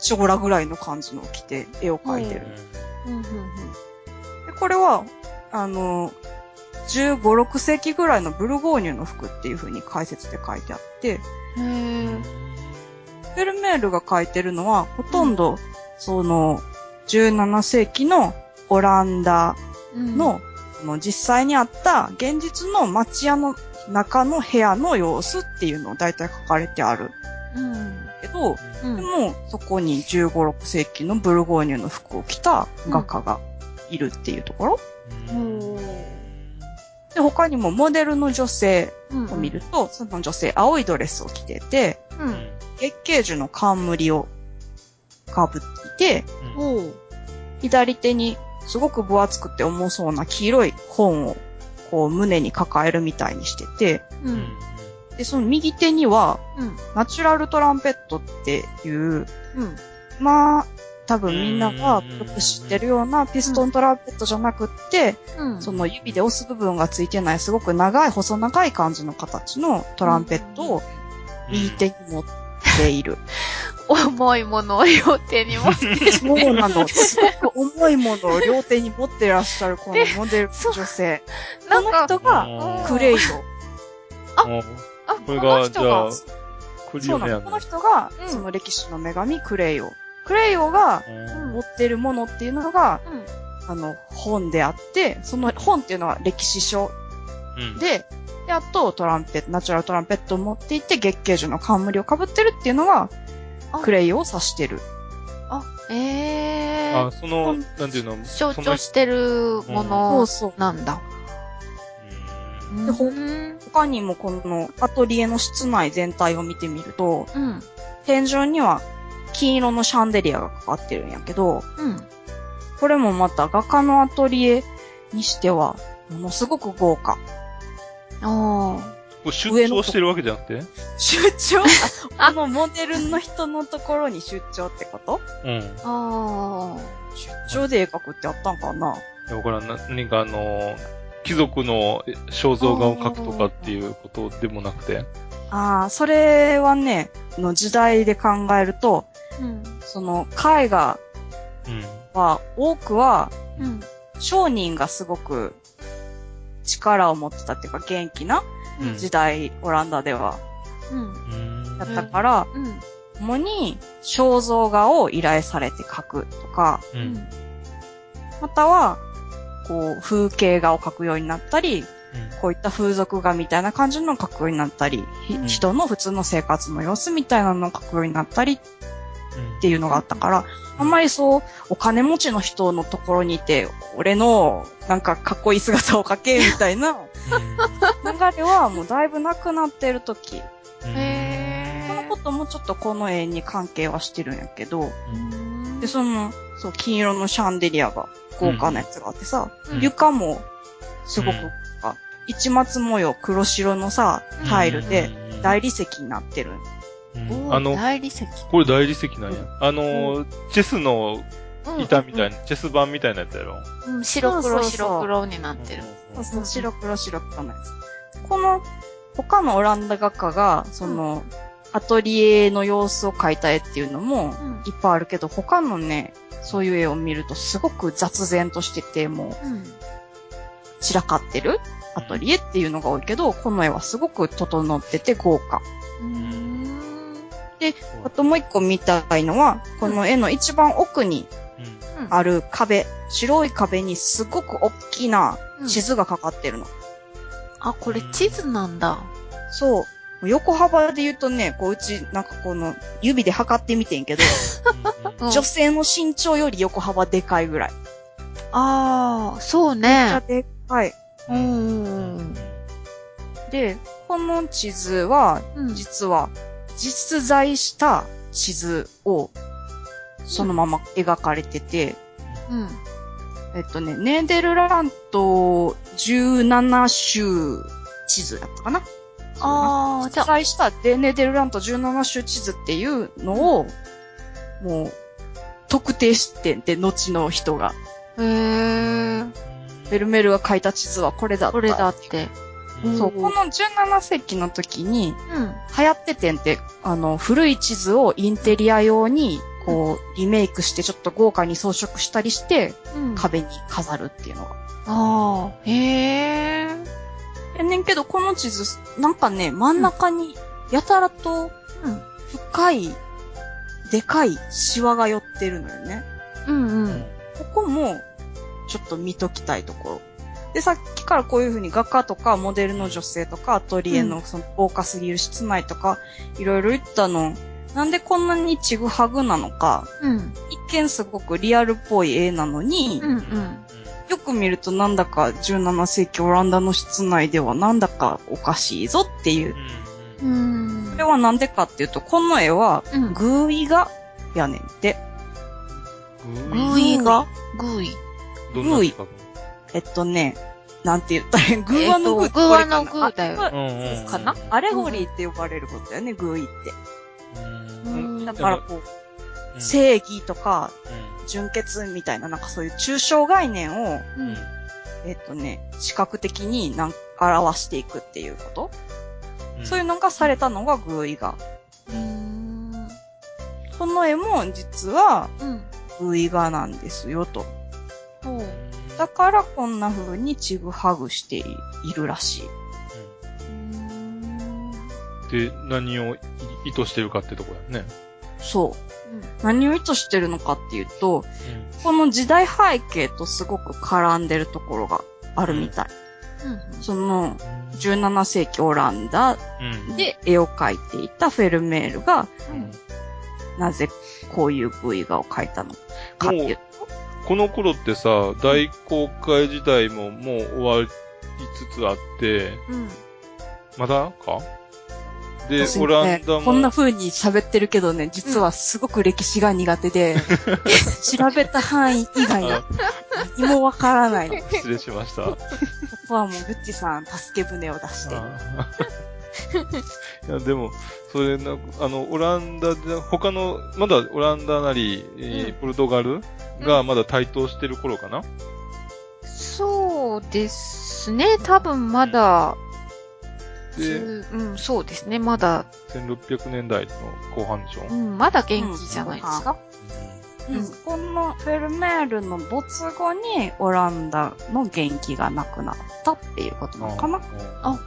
A: 将来ぐらいの感じのを着て絵を描いてる。
C: うんうんうん、
A: でこれは、あの、じゅうご、ろく世紀ぐらいのブルゴーニュの服っていう風に解説で書いてあって、
C: へー。
A: フェルメールが書いてるのは、ほとんど、その、じゅうなな世紀のオランダの、うん、実際にあった現実の町屋の中の部屋の様子っていうのを大体書かれてある。うん、けど、うん、でも、そこにじゅうご、ろく世紀のブルゴーニュの服を着た画家がいるっていうところ。うん、で、他にもモデルの女性を見ると、うん、その女性青いドレスを着てて、うん、月桂樹の冠をかぶっていて、うん、左手にすごく分厚くて重そうな黄色い本をこう胸に抱えるみたいにしてて、うん、で、その右手には、うん、ナチュラルトランペットっていう、うん、まあ、多分みんながよく知ってるようなピストントランペットじゃなくって、うん、その指で押す部分がついてないすごく長い細長い感じの形のトランペットを右手に持っている。
C: 重いものを両手に持ってる。
A: そうなの。すごく重いものを両手に持ってらっしゃるこのモデルの女性。この人がクレイド。
C: あ、あ、この人が。
A: そうなの。この人が、その歴史の女神クレイオ。クレイオが持ってるものっていうのが、うん、あの、本であって、その本っていうのは歴史書で、うん、で、あとトランペット、ナチュラルトランペットを持っていて、月桂樹の冠を被ってるっていうのが、クレイオを指してる。
C: あ、ええー。
B: あ、その、なんていうの
C: 象徴してるものなんだ。
A: うん、で、ほ、他にもこのアトリエの室内全体を見てみると、うん、天井には金色のシャンデリアがかかってるんやけど、うん、これもまた画家のアトリエにしては、ものすごく豪華。
C: ああ。
B: 出張してるわけじゃなくて
A: 出張あのモデルの人のところに出張ってこと？うん。ああ。出張で絵描くってあったんかな？
B: いや、わからん。な、何かあの、貴族の肖像画を描くとかっていうことでもなくて。
A: ああ、それはね、の時代で考えると、うん、その絵画は、うん、多くは、うん、商人がすごく力を持ってたっていうか元気な時代、うん、オランダでは。うん。だったから、うん。主に肖像画を依頼されて描くとか、うん。または、こう、風景画を描くようになったり、うん、こういった風俗画みたいな感じのを描くようになったり、うん、人の普通の生活の様子みたいなのを描くようになったりっていうのがあったから、あんまりそう、お金持ちの人のところにいて、俺の、なんかかっこいい姿を描け、みたいな、流れはもうだいぶなくなってる時。へー。このこともちょっとこの絵に関係はしてるんやけど、で、その、そう、金色のシャンデリアが豪華なやつがあってさ、うん、床も、すごく、うん、市松模様、黒白のさ、タイルで大理石になってる。
C: うん、あの、大理石。
B: これ大理石なんや。あの、うん、チェスの板みたいな、うんうん、チェス盤みたいなやつやろ。
C: うん、白黒白黒になってる。
A: そうそう、白黒白黒のやつ。この、他のオランダ画家が、その、うん、アトリエの様子を描いた絵っていうのもいっぱいあるけど、うん、他のね、そういう絵を見るとすごく雑然としてて、もう、うん、散らかってるアトリエっていうのが多いけど、この絵はすごく整ってて豪華。うんで、あともう一個見たいのは、この絵の一番奥にある壁、うん、白い壁にすごく大きな地図がかかってるの。うん、
C: あ、これ地図なんだ。
A: そう。横幅で言うとね、こううち、なんかこの指で測ってみてんけど、うん、女性の身長より横幅でかいぐらい。
C: ああ、そうね。
A: めっちゃでかい。うん。で、この地図は、実は、実在した地図をそのまま描かれてて、うん、えっとね、ネーデルラントじゅうなな州地図だったかな。ああ、じゃあ。実在したネーデルラントじゅうなな州地図っていうのを、うん、もう、特定してんで、後の人が。へー。ベルメールが書いた地図はこれだった。
C: これだって。
A: そう、このじゅうなな世紀の時に、流行っててんって、あの、古い地図をインテリア用に、 こう、リメイクしてちょっと豪華に装飾したりして、
C: うん、
A: 壁に飾るっていうのが。
C: ああ、へえ。
A: やねんけど、この地図、なんかね、真ん中に、やたらと、深い、でかいシワが寄ってるのよね。
C: うんうん。
A: ここも、ちょっと見ときたいところ。で、さっきからこういう風に画家とか、モデルの女性とか、アトリエのその豪華すぎる室内とか、いろいろ言ったの、なんでこんなにちぐはぐなのか、
C: うん、
A: 一見すごくリアルっぽい絵なのに、
C: うんうん、
A: よく見るとなんだかじゅうなな世紀オランダの室内ではなんだかおかしいぞっていう。
C: うん、
A: それはなんでかっていうと、この絵は、グーイ画やねんって。
C: グーイ画グーイ。
A: グーイ。えっとね、なんて言ったら、グーワのグー。
C: グーワのグーだよ。
A: そうかな、アレゴリーって呼ばれることだよね、グーイって。だからこう、正義とか、純潔みたいな、なんかそういう抽象概念を、えっとね、視覚的になんか表していくっていうこと、そういうのがされたのがグーイ画。この絵も実は、グーイ画なんですよと。だからこんな風にちぐはぐしているらしい。
B: で、何を意図してるかってとこやね。
A: そう。うん、何を意図してるのかっていうと、うん、この時代背景とすごく絡んでるところがあるみたい。うん、その、じゅうなな世紀オランダで絵を描いていたフェルメールが、うん、なぜこういう V 画を描いたのかっていうと。
B: この頃ってさ、大航海時代ももう終わりつつあって、うん、まだかで、ね、オランダも。
A: こんな風に喋ってるけどね、実はすごく歴史が苦手で、うん、調べた範囲以外何もわからないの。
B: 失礼しました。こ
A: こはもうグッチさん、助け舟を出して。
B: いや、でも、それな、あの、オランダで、他の、まだオランダなり、えーうん、ポルトガルがまだ台頭してる頃かな、うん、
C: そうですね。多分まだ、で、うん、そうですね。まだ。
B: せんろっぴゃくねんだいの後半でしょ
C: うん、まだ元気じゃないですか、
A: うんうん、このフェルメールの没後にオランダの元気がなくなったっていうことなのかな。あ、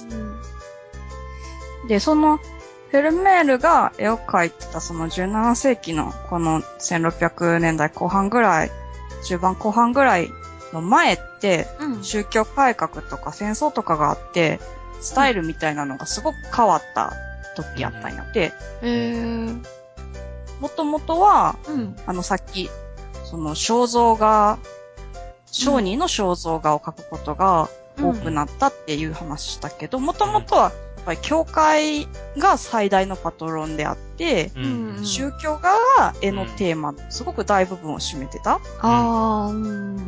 A: うん、で、そのフェルメールが絵を描いてたそのじゅうなな世紀のこのせんろっぴゃくねんだいこう半ぐらい、中盤後半ぐらいの前って、うん、宗教改革とか戦争とかがあって、スタイルみたいなのがすごく変わった時やったんやって。
C: うん、へー。
A: もともとは、うん、あのさっき、その肖像画、商人の肖像画を描くことが多くなったっていう話したけど、もともとはやっぱり教会が最大のパトロンであって、うん、宗教画が絵のテーマのすごく大部分を占めてた。ああ、うん。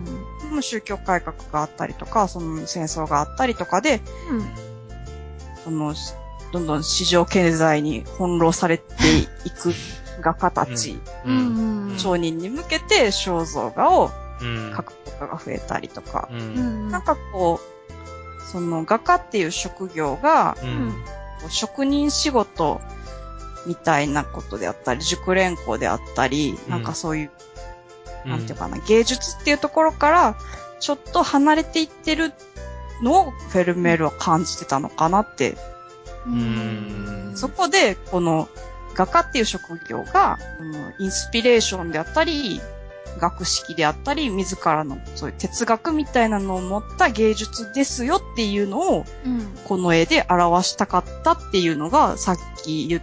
A: 宗教改革があったりとか、その戦争があったりとかで、うんその、どんどん市場経済に翻弄されていく画家たち、うんうん、商人に向けて肖像画を描くことが増えたりとか、うん、なんかこう、その画家っていう職業が、うん、職人仕事みたいなことであったり、熟練校であったり、うん、なんかそういう、なんていうかな、芸術っていうところからちょっと離れていってるのをフェルメールは感じてたのかなって。うーんそこで、この画家っていう職業が、うん、インスピレーションであったり、学識であったり、自らのそういう哲学みたいなのを持った芸術ですよっていうのを、うん、この絵で表したかったっていうのが、さっき言った、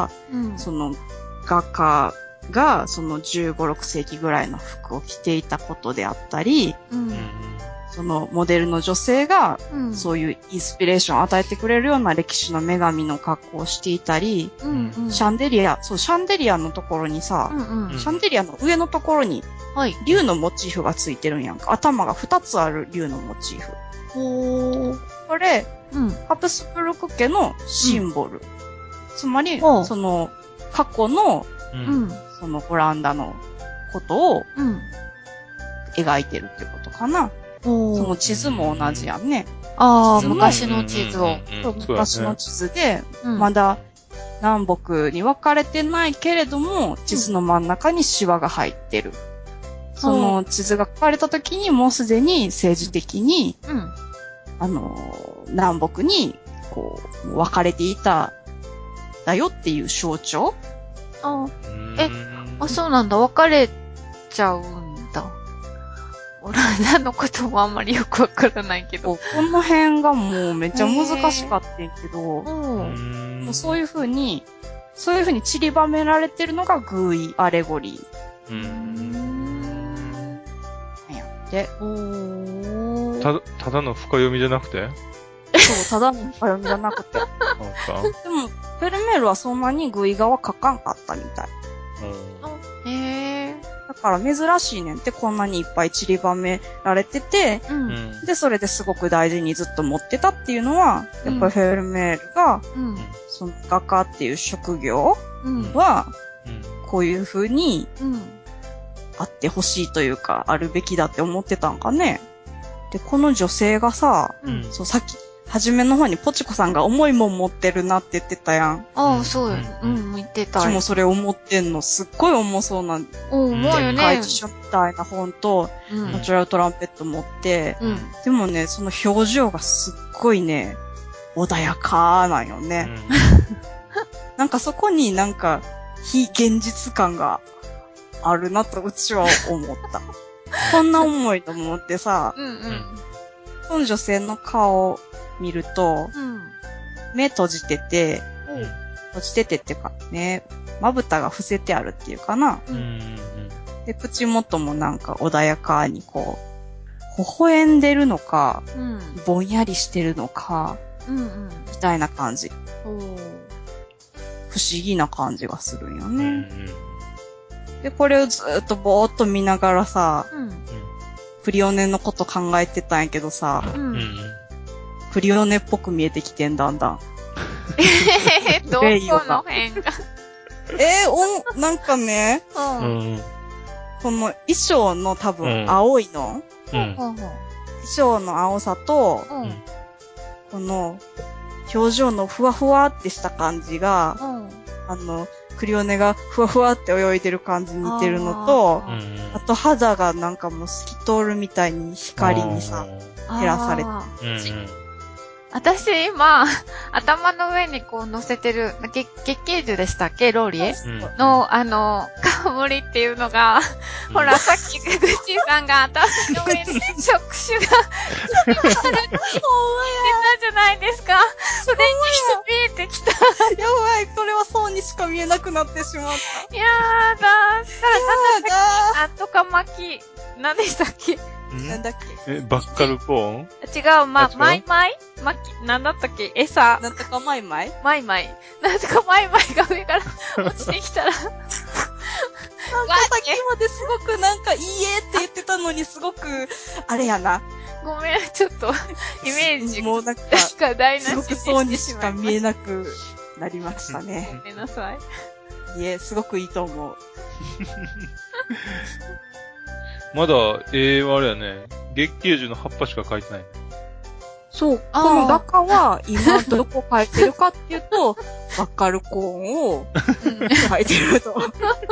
A: うん、その画家がそのじゅうご、ろく世紀ぐらいの服を着ていたことであったり、うんそのモデルの女性が、そういうインスピレーションを与えてくれるような歴史の女神の格好をしていたり、うんうん、シャンデリア、そう、シャンデリアのところにさ、うんうん、シャンデリアの上のところに、はい、竜のモチーフがついてるんやんか。頭がふたつある竜のモチーフ。ほー。これ、うん、ハプスブルク家のシンボル。うん、つまり、その、過去の、うん、そのオランダのことを、描いてるってことかな。その地図も同じやんね。
C: ああ、昔の地図を。
A: 昔の地図で、まだ、 南北に分かれてないけれども、地図の真ん中にシワが入ってる。その地図が書かれた時にもうすでに政治的に、うん、あの、南北に、こう、分かれていた、だよっていう象徴。
C: あえ、あ、そうなんだ。分かれちゃうんだ。オランダのこともあんまりよくわからないけど。
A: この辺がもうめっちゃ難しかったんけど、うん、もうそういう風に、そういう風に散りばめられてるのがグーイアレゴリー。うーん。やって。
B: おた、ただの深読みじゃなくて
A: そう、ただの深読みじゃなくて。そうか。でも、フェルメールはそんなにグイ画は書かんかったみたい。うん、へー。だから珍しいねんってこんなにいっぱい散りばめられてて、うん、で、それですごく大事にずっと持ってたっていうのは、やっぱりフェルメールが、うん、その画家っていう職業は、こういう風に、あってほしいというか、あるべきだって思ってたんかね。で、この女性がさ、うん、そう、さっき、初めの方にポチコさんが重いもん持ってるなって言ってたやん。
C: ああ、そうや。うん、言ってた。
A: 私もそれ思ってんの。すっごい重そうな。
C: 重いよね。
A: 会辞書みたいな本と、うん、ナチュラルトランペット持って、うん、でもね、その表情がすっごいね、穏やかなんよね。うん、なんかそこになんか、非現実感があるなとうちは思った。こんな重いと思ってさ、うんうん、この女性の顔、見ると、うん、目閉じてて、うん、閉じててっていうかね、まぶたが伏せてあるっていうかな。うん、で、口元もなんか穏やかにこう、微笑んでるのか、うん、ぼんやりしてるのか、うんうん、みたいな感じ。不思議な感じがするんよね。うん、で、これをずーっとぼーっと見ながらさ、うん、クリオネのこと考えてたんやけどさ、うんクリオネっぽく見えてきてんだんだん。
C: えー、どこの辺が
A: えー、お、なんかね、うん、この衣装の多分青いの、うん、衣装の青さと、うん、この表情のふわふわってした感じが、うん、あの、クリオネがふわふわって泳いでる感じに似てるのと、あ, あと肌がなんかもう透き通るみたいに光にさ、照らされてる。
C: 私、今、頭の上にこう乗せてる、月、月桂樹でしたっけローリエ、うん、の、あの、冠っていうのが、うん、ほら、さっきグッチーさんが頭の上に触手が、あるって言ってたじゃないですか。それに見えてきた。
A: やばい、これはそうにしか見えなくなってしまった。
C: やーだー。したら、なんだったっけなんとか巻き、何でしたっけ
A: なんだっ
B: けえ、バッカルコーン
C: 違う、ま、マイマイまき、なんだったっけ餌。
A: なんとかマイマイ
C: マイマイ。なんとかマイマイが上から落ちてきたら。なんかさっ
A: きまですごくなんかいいえって言ってたのにすごく、あれやな。
C: ごめん、ちょっと、イメージ。
A: もうなんか、
C: か台無し
A: すごくそうにしか見えなくなりましたね。
C: ごめんなさ
A: い。いえ、すごくいいと思う。
B: まだ、絵はあれやね、月桂樹の葉っぱしか描いてない、ね。
A: そう、この画家は今どこ描いてるかっていうと、バッカルコーンを描いてると。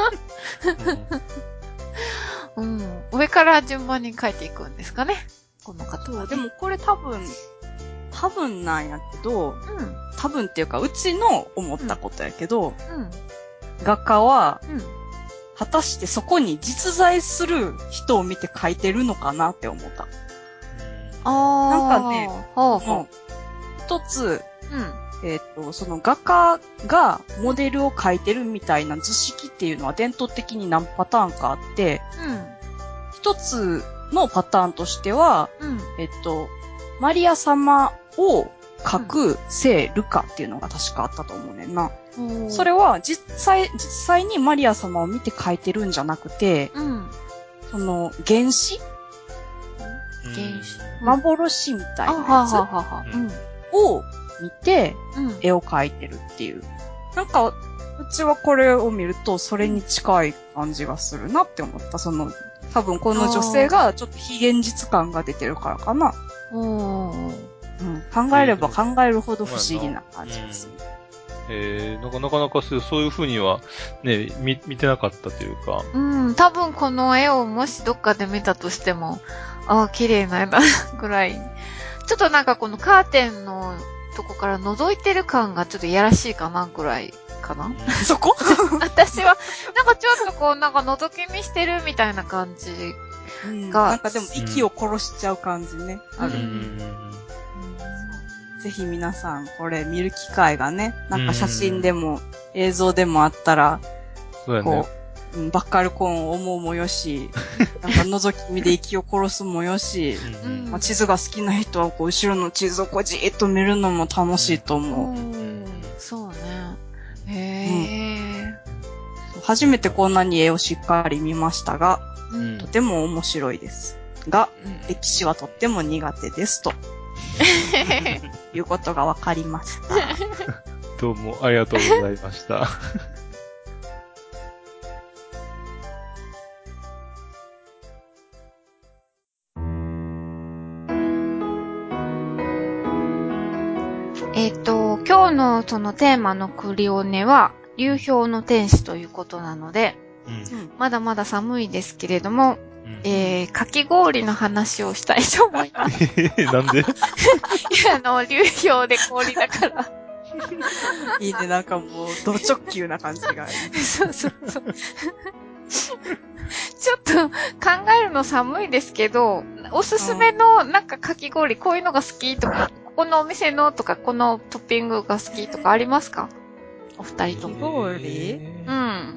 C: うん、上から順番に描いていくんですかね、この方は、ね。
A: でもこれ多分、多分なんやけど、うん、多分っていうか、うちの思ったことやけど、うんうん、画家は、うん果たしてそこに実在する人を見て描いてるのかなって思った。
C: あー。
A: なんかね、ほうほう一つ、うん、えっと、その画家がモデルを描いてるみたいな図式っていうのは伝統的に何パターンかあって、うん、一つのパターンとしては、うん、えっと、マリア様を描く聖ルカっていうのが確かあったと思うねんな。それは実際、実際にマリア様を見て描いてるんじゃなくて、うん、その原子
C: 原子
A: 幻みたいなやつを見て、絵を描いてるっていう。なんか、うちはこれを見ると、それに近い感じがするなって思った。その、多分この女性がちょっと非現実感が出てるからかな。うん、考えれば考えるほど不思議な感じです。
B: えー、なんかなかなかそういう風にはね、見、見てなかったというか。
C: うん、多分この絵をもしどっかで見たとしても、ああ、綺麗な絵だぐらい。ちょっとなんかこのカーテンのとこから覗いてる感がちょっといやらしいかなぐらいかな。
A: そこ
C: 私は、なんかちょっとこう、なんか覗き見してるみたいな感じ
A: うん、
C: が。
A: なんかでも息を殺しちゃう感じね。
C: うん、
A: ある。
B: うん
A: ぜひ皆さんこれ見る機会がね、なんか写真でも映像でもあったら、
B: そうやね、
A: こう、うん、バッカルコーンを思うもよし、なんか覗き見で息を殺すもよし、
C: うん
A: まあ、地図が好きな人はこう後ろの地図をこうじーっと見るのも楽しいと思う。
C: うん、そうね。へー、うん。
A: 初めてこんなに絵をしっかり見ましたが、
C: うん、
A: とても面白いです。が、うん、歴史はとっても苦手ですと。いうことが分かりました。
B: どうもありがとうございました。
C: えっと、今日のそのテーマのクリオネは、流氷の天使ということなので、うん、まだまだ寒いですけれども、うん、えー、かき氷の話をしたいと思います。
B: なんでい
C: や、あの、流氷で氷だから。
A: いいね、なんかもう、ド直球な感じがいい。
C: そうそうそう。ちょっと考えるの寒いですけど、おすすめのなんかかき氷、こういうのが好きとか、ここのお店のとか、このトッピングが好きとかありますか？お二人とも。
A: かき氷？
C: うん。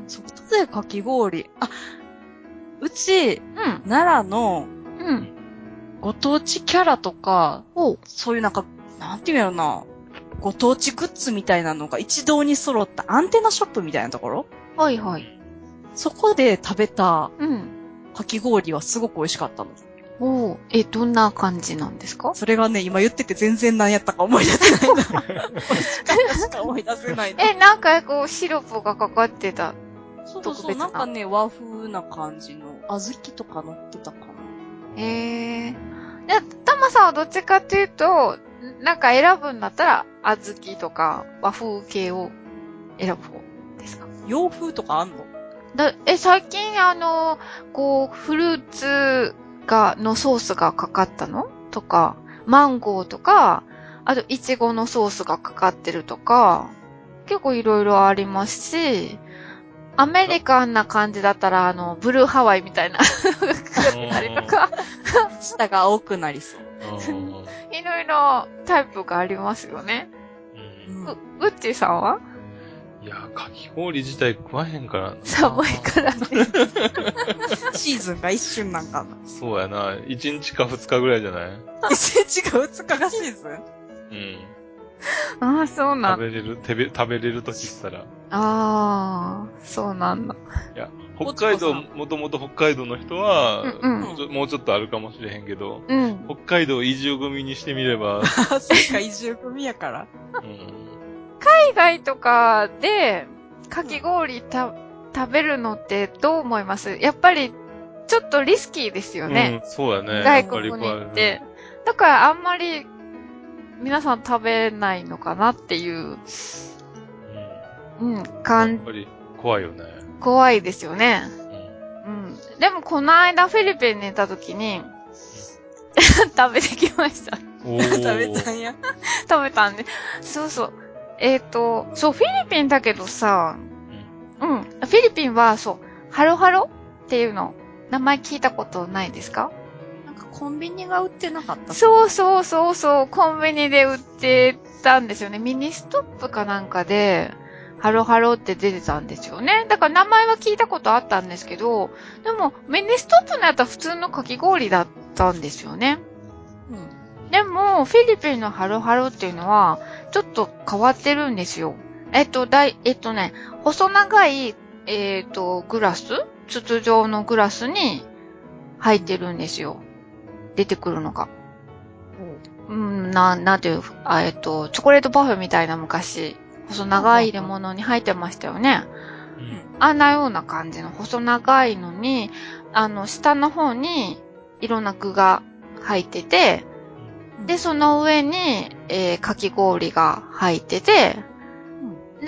A: 外でかき氷。あ、うち、
C: うん、
A: 奈良の、
C: うん。
A: ご当地キャラとか、うん、そういうなんか、なんていうのな、ご当地グッズみたいなのが一堂に揃ったアンテナショップみたいなところ？
C: はいはい。
A: そこで食べた、
C: うん。か
A: き氷はすごく美味しかったの。
C: おー、え、どんな感じなんですか？
A: それがね、今言ってて全然何やったか思い出せないな。美味しかったしか思い出せないな。
C: え、なんかこう、シロップがかかってた。
A: そうそうそう、なんかね、和風な感じの、小豆とか乗ってたかな。
C: へー。で、タマさんはどっちかっていうと、なんか選ぶんだったら、小豆とか和風系を選ぶ方ですか？
A: 洋風とかあんの？
C: だえ、最近あの、こう、フルーツが、のソースがかかったのとか、マンゴーとか、あと、イチゴのソースがかかってるとか、結構いろいろありますし、アメリカンな感じだったら、あの、ブルーハワイみたいな、かかってたりとか、
A: 舌が青くなりそう。
C: いろいろタイプがありますよね。うん、う、うっちーさんはい
B: や、かき氷自体食わへんからな。
C: 寒いからね。
A: シーズンが一瞬なんかな。
B: そうやな。一日か二日ぐらいじゃない？
A: 一日か二日がシーズン？
B: うん。
C: ああ、そうなん
B: 食べれる、食べ、食べれるときったら。あ
C: あ、そうなんだ。
B: いや、北海道、もともと北海道の人は、うんうんもうちょ、もうちょっとあるかもしれへんけど、うん、北海道移住組にしてみれば。
A: そっか、移住組やから。うん
C: 海外とかで、かき氷た、食べるのってどう思います？やっぱり、ちょっとリスキーですよね。
B: うん、そうやね。
C: 外国に行って。だからあんまり、皆さん食べないのかなっていう、うん、うん、感じ。
B: やっぱり、怖いよね。
C: 怖いですよね。うん。うん、でも、この間フィリピンにいた時に、食べてきました。
A: 食べたんや。
C: 食べたんで。そうそう。えっと、そう、フィリピンだけどさ、うん、うん。フィリピンは、そう、ハロハロっていうの、名前聞いたことないですか？
A: なんかコンビニが売ってなかった？
C: そうそうそうそう、コンビニで売ってたんですよね。ミニストップかなんかで、ハロハロって出てたんですよね。だから名前は聞いたことあったんですけど、でも、ミニストップのやつは普通のかき氷だったんですよね。うん。でも、フィリピンのハロハロっていうのは、ちょっと変わってるんですよ。えっと、だい、えっとね、細長い、えっと、グラス？筒状のグラスに入ってるんですよ。出てくるのが。うん、な、なんていう、あ、えっと、チョコレートパフェみたいな昔、細長い入れ物に入ってましたよね。うん、あんなような感じの細長いのに、あの、下の方にいろんな具が入ってて、で、その上に、えー、かき氷が入ってて、で、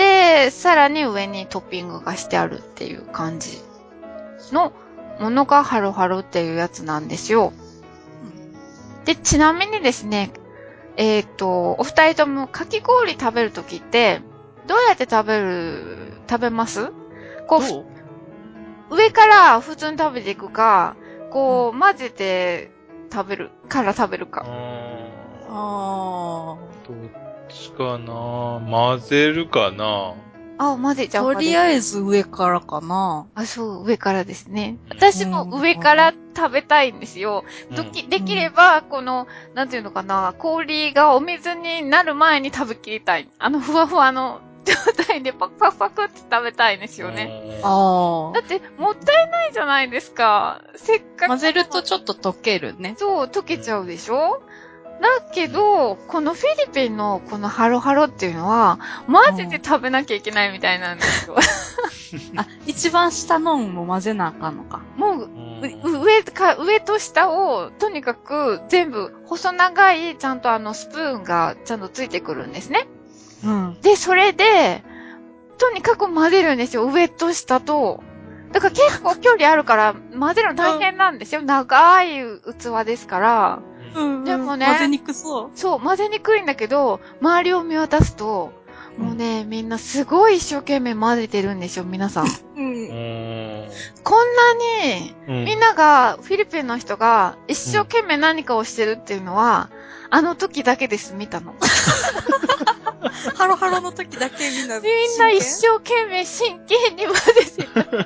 C: で、さらに上にトッピングがしてあるっていう感じのものがハロハロっていうやつなんですよ。で、ちなみにですね、えっと、お二人ともかき氷食べるときって、どうやって食べる、食べますこう、上から普通に食べていくか、こう、混ぜて食べる、から食べるか。
B: ああ。どっちかな混ぜるかな
C: あ、混ぜちゃうか。
A: とりあえず上からかな。
C: あ、そう、上からですね。私も上から食べたいんですよ。
B: うん
C: どき、できれば、この、なんていうのかな、氷がお水になる前に食べきりたい。あの、ふわふわの状態でパクパクパクって食べたいんですよね。
A: あ
C: だって、もったいないじゃないですか。せっかく。
A: 混ぜるとちょっと溶けるね。
C: そう、溶けちゃうでしょ？だけど、このフィリピンのこのハロハロっていうのは、混ぜて食べなきゃいけないみたいなんですよ。
A: あ、一番下のも混ぜなあかんのか。
C: もう、う上か、上と下を、とにかく全部、細長い、ちゃんとあの、スプーンがちゃんとついてくるんですね。
A: うん。
C: で、それで、とにかく混ぜるんですよ、上と下と。だから結構距離あるから、混ぜるの大変なんですよ。長い器ですから。
A: うん、うん。
C: でもね
A: 混ぜにくそう。
C: そう、混ぜにくいんだけど、周りを見渡すと、もうね、みんなすごい一生懸命混ぜてるんですよ、皆さん。
A: うん。
C: こんなに、
B: うん、
C: みんなが、フィリピンの人が一生懸命何かをしてるっていうのは、あの時だけです、見たの。
A: ハロハロの時だけみんな
C: みんな一生懸命真剣に混ぜてた。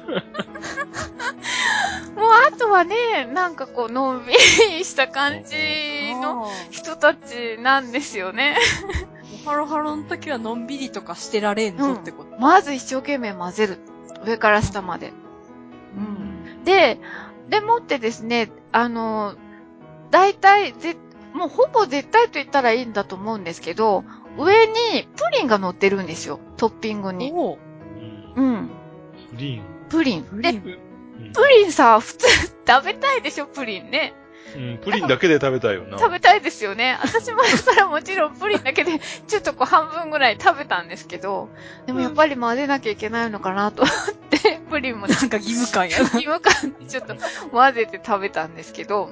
C: もうあとはね、なんかこう、のんびりした感じの人たちなんですよね。
A: ハロハロの時はのんびりとかしてられんぞってこと、
C: うん、まず一生懸命混ぜる。上から下まで。うん。で、でもってですね、あの、大体、ぜ、もうほぼ絶対と言ったらいいんだと思うんですけど、上にプリンが乗ってるんですよ。トッピングに。
A: お
C: うん。
B: プリン。
C: プリン。
A: プリン。
C: で、プリンさ、普通食べたいでしょ、プリンね。
B: うん、プリンだけで食べたいよな。
C: 食べたいですよね。私もそれはもちろんプリンだけで、ちょっとこう半分ぐらい食べたんですけど、でもやっぱり混ぜなきゃいけないのかなと思って、プリンも
A: なんか義務感やな。
C: 義務感でちょっと混ぜて食べたんですけど、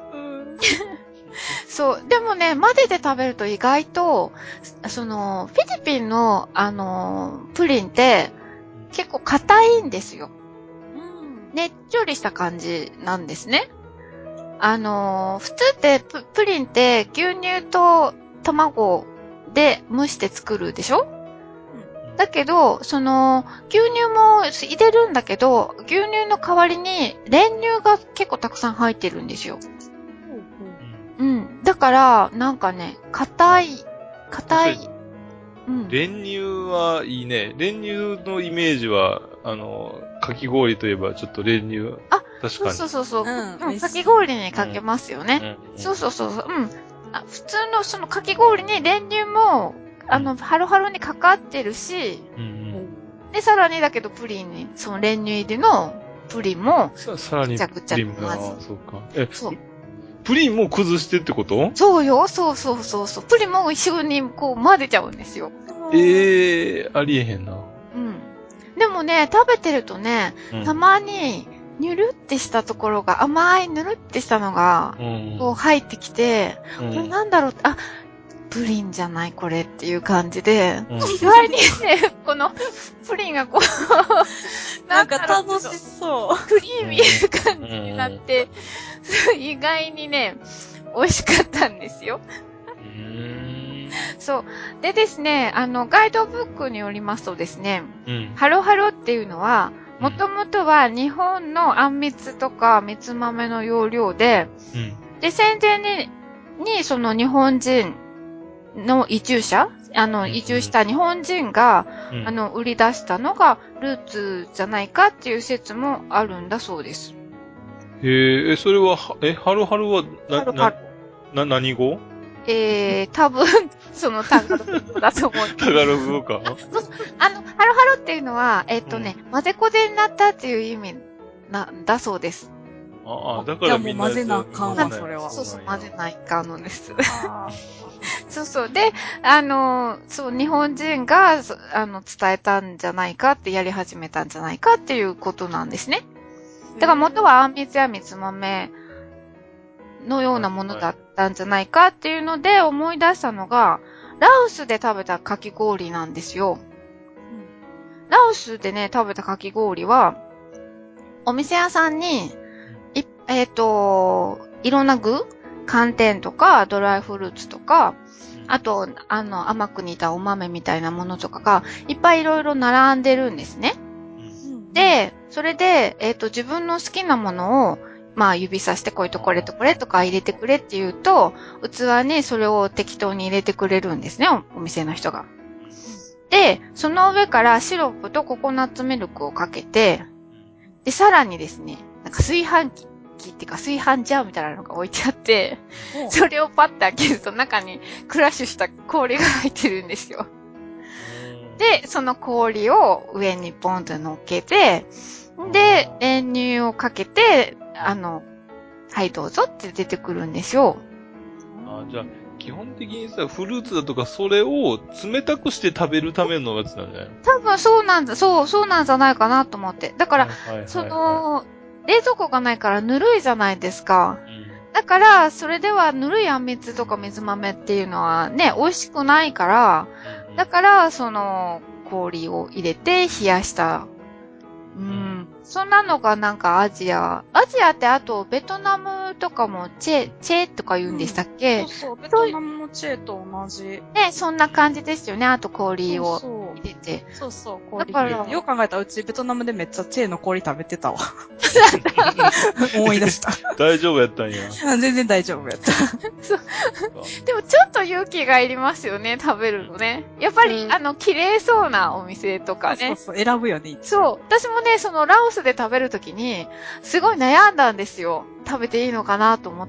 C: そう。でもね、混ぜて食べると意外と、その、フィリピンの、あの、プリンって、結構硬いんですよ。うん。ねっちょりした感じなんですね。あの、普通ってプ、プリンって牛乳と卵で蒸して作るでしょ？うん。だけど、その、牛乳も入れるんだけど、牛乳の代わりに練乳が結構たくさん入ってるんですよ。うん。だから、なんかね、硬い、硬い。
B: うん。練乳はいいね。練乳のイメージは、あの、かき氷といえばちょっと練乳。あ、確かに。
C: そうそうそう。うん。
A: うん、
C: かき氷にかけますよね。うんうん、そうそうそう。うん。あ、普通のそのかき氷に練乳も、あの、ハロハロにかかってるし、うんうん、で、さらにだけどプリンに、その練乳入りのプリンも、
B: さ、さらに
C: ぐちゃぐちゃ
B: プリンも、ああ、そうか。え、そう。プリンも崩してってこと？
C: そうよ、そうそうそうそう。プリンも一緒にこう混ぜちゃうんですよ。
B: ええー、ありえへんな。
C: うん。でもね、食べてるとね、うん、たまに、ニュルってしたところが、甘いニュルってしたのが、うん、こう入ってきて、うん、これなんだろう、あ、プリンじゃないこれっていう感じで、うん、意外にね、このプリンがこう、
A: なんか楽しそう。
C: クリーミーな感じになって、うん、意外にね、美味しかったんですよ。そう。でですね、あの、ガイドブックによりますとですね、うん、ハロハロっていうのは、もともとは日本のあんみつとか蜜豆の要領で、うん、で、戦前に、に、その日本人の移住者、あの、移住した日本人が、うん、あの、売り出したのがルーツじゃないかっていう説もあるんだそうです。
B: へえ、それは、え、ハロハロは、な、な、な、何語？
C: えー、多分、そのタガログ語だと思う。
B: タガログ語か
C: あの、ハロハロっていうのは、えっとね、うん、混ぜこぜになったっていう意味なんだそうです。
B: あああ、だからみんな。
A: じゃあもう混ぜなあかんわ、それは。
C: そうそう、混ぜないかんのです。そうそう。で、あの、そう、日本人が、あの、伝えたんじゃないかってやり始めたんじゃないかっていうことなんですね。だから元はあんみつやみつ豆のようなものだったんじゃないかっていうので思い出したのが、ラオスで食べたかき氷なんですよ。うん、ラオスでね、食べたかき氷は、お店屋さんに、いえっ、ー、と、いろんな具寒天とか、ドライフルーツとか、あと、あの、甘く煮たお豆みたいなものとかが、いっぱいいろいろ並んでるんですね。で、それで、えっ、ー、と、自分の好きなものを、まあ、指さしてこれとこれとこれとか入れてくれって言うと、器にそれを適当に入れてくれるんですね、お、お店の人が。で、その上からシロップとココナッツミルクをかけて、で、さらにですね、なんか炊飯器っていうか炊飯ジャーみたいなのが置いてあって、それをパッて開けると中にクラッシュした氷が入ってるんですよ。で、その氷を上にポンと乗っけて、で、練乳をかけて、あの、はいどうぞって出てくるんですよ。
B: あ、じゃあ、基本的にさ、フルーツだとかそれを冷たくして食べるためのやつなんじゃないの？
C: 多分そうなんだ、そう、そうなんじゃないかなと思って。だから、はいはいはいはい、その、冷蔵庫がないからぬるいじゃないですか。うん、だから、それではぬるいあんみつとか水豆っていうのはね、美味しくないから、うん、だから、その、氷を入れて冷やした。うん。そんなのがなんかアジア。アジアってあとベトナムとかもチェ、チェとか言うんでしたっけ、
A: うん、そうそう、ベトナムのチェと同じ。
C: ね、そんな感じですよね。あと氷を入れて。
A: そうそう、氷入れて。よく考えたらうちベトナムでめっちゃチェの氷食べてたわ。思い出した。
B: 大丈夫やったんや。
A: 全然大丈夫やった。
C: そう。でもちょっと勇気がいりますよね、食べるのね。やっぱり、うん、あの、綺麗そうなお店とかね。
A: そうそう、選ぶよね。
C: そう。私もね、そのラオスで食べるときに、すごい悩んだんですよ。食べていいのかなと思って。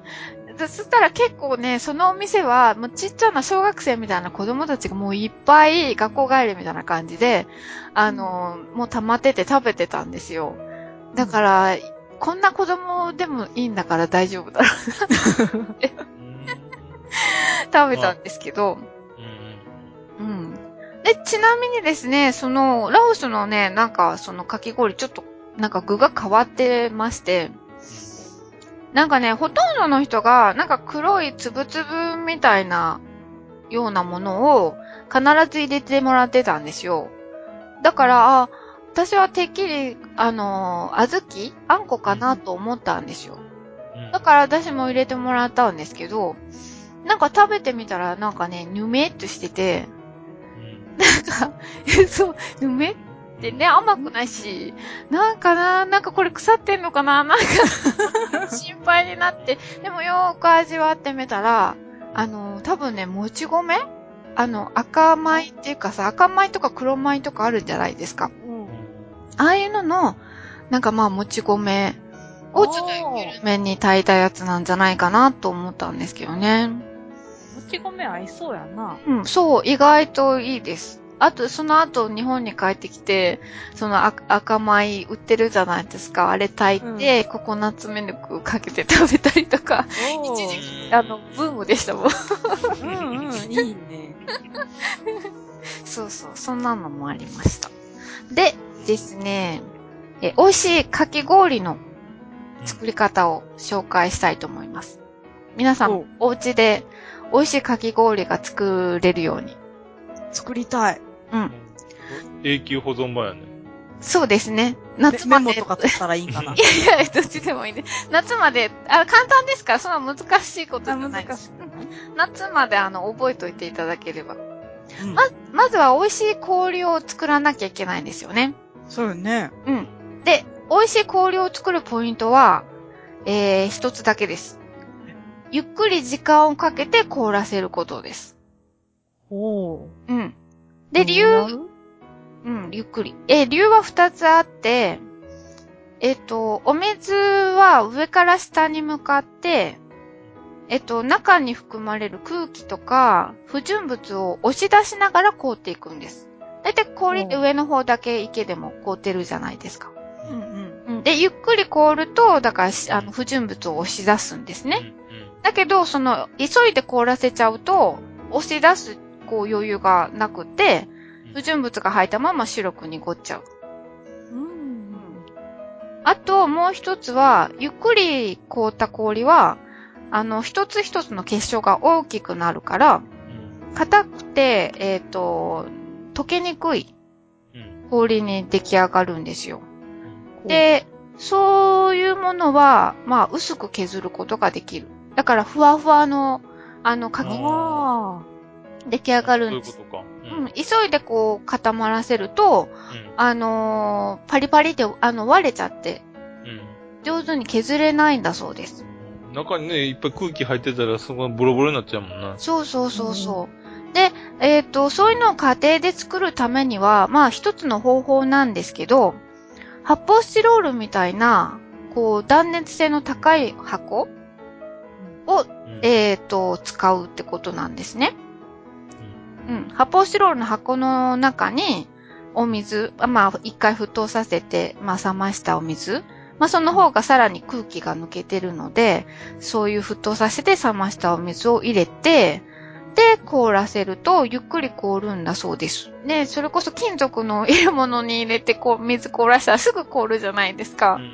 C: そしたら結構ね、そのお店は、もうちっちゃな小学生みたいな子供たちがもういっぱい学校帰りみたいな感じで、あの、もう溜まってて食べてたんですよ。だから、うん、こんな子供でもいいんだから大丈夫だろうなって食べたんですけど、うん。で、ちなみにですね、その、ラオスのね、なんか、そのかき氷、ちょっと、なんか具が変わってまして、なんかね、ほとんどの人が、なんか黒いつぶつぶみたいな、ようなものを、必ず入れてもらってたんですよ。だから、あ、私はてっきり、あの、小豆あんこかなと思ったんですよ。だから私も入れてもらったんですけど、なんか食べてみたら、なんかね、ぬめっとしてて、なんか、そう、ぬめってね、甘くないし、なんかな、なんかこれ腐ってんのかな、なんか、心配になって、でもよーく味わってみたら、あの、多分ね、もち米あの、赤米っていうかさ、赤米とか黒米とかあるんじゃないですか。うん、ああいうのの、なんかまあ、もち米をちょっと緩めに炊いたやつなんじゃないかなと思ったんですけどね。
A: もち米合いそうやな。
C: うん、そう、意外といいです。あと、その後、日本に帰ってきて、その赤、赤米売ってるじゃないですか。あれ炊いて、うん、ココナッツミルクかけて食べたりとか、一時期、あの、ブームでしたもん。
A: うんうん、いいね。
C: そうそう、そんなのもありました。でですね、え、美味しいかき氷の作り方を紹介したいと思います。皆さん、お家で美味しいかき氷が作れるように。
A: 作りたい。
C: うん。
B: 永久保存版やね。
C: そうですね。夏まで。
A: メモとか取ったらいいんかな。
C: いやいや、どっちでもいいね。夏まで、あ、簡単ですから、そんな難しいことじゃないです。夏まであの、覚えておいていただければ。うん、ま、まずは美味しい氷を作らなきゃいけないんですよね。
A: そうよね。
C: うん。で、美味しい氷を作るポイントは、えー、一つだけです。ゆっくり時間をかけて凍らせることです。
A: おー。
C: うん。で、理由、うん、ゆっくり。え、理由は二つあって、えっと、お水は上から下に向かって、えっと、中に含まれる空気とか不純物を押し出しながら凍っていくんです。だいたい氷って上の方だけ池でも凍ってるじゃないですか。うんうん。 で、ゆっくり凍ると、だから、あの、不純物を押し出すんですね。うん、だけど、その、急いで凍らせちゃうと、押し出す、こう、余裕がなくて、不純物が入ったまま白く濁っちゃう。うん、あと、もう一つは、ゆっくり凍った氷は、あの、一つ一つの結晶が大きくなるから、硬くて、えっと、溶けにくい氷に出来上がるんですよ。で、そういうものは、まあ、薄く削ることができる。だから、ふわふわの、あの、かき氷出来上がるんです。そういうことか。うん。うん、急いでこう、固まらせると、うん、あのー、パリパリって、あの、割れちゃって、うん、上手に削れないんだそうです。
B: 中にね、いっぱい空気入ってたら、そこがボロボロになっちゃうもんな。
C: そうそうそうそう。うん、で、えっと、そういうのを家庭で作るためには、まあ、一つの方法なんですけど、発泡スチロールみたいな、こう、断熱性の高い箱を、うん、えっと、使うってことなんですね。うん。発泡スチロールの箱の中に、お水、まあ、一回沸騰させて、まあ、冷ましたお水。まあ、その方がさらに空気が抜けてるので、そういう沸騰させて冷ましたお水を入れて、で、凍らせると、ゆっくり凍るんだそうです。で、それこそ金属の入れ物に入れて、こう、水凍らしたらすぐ凍るじゃないですか。うん、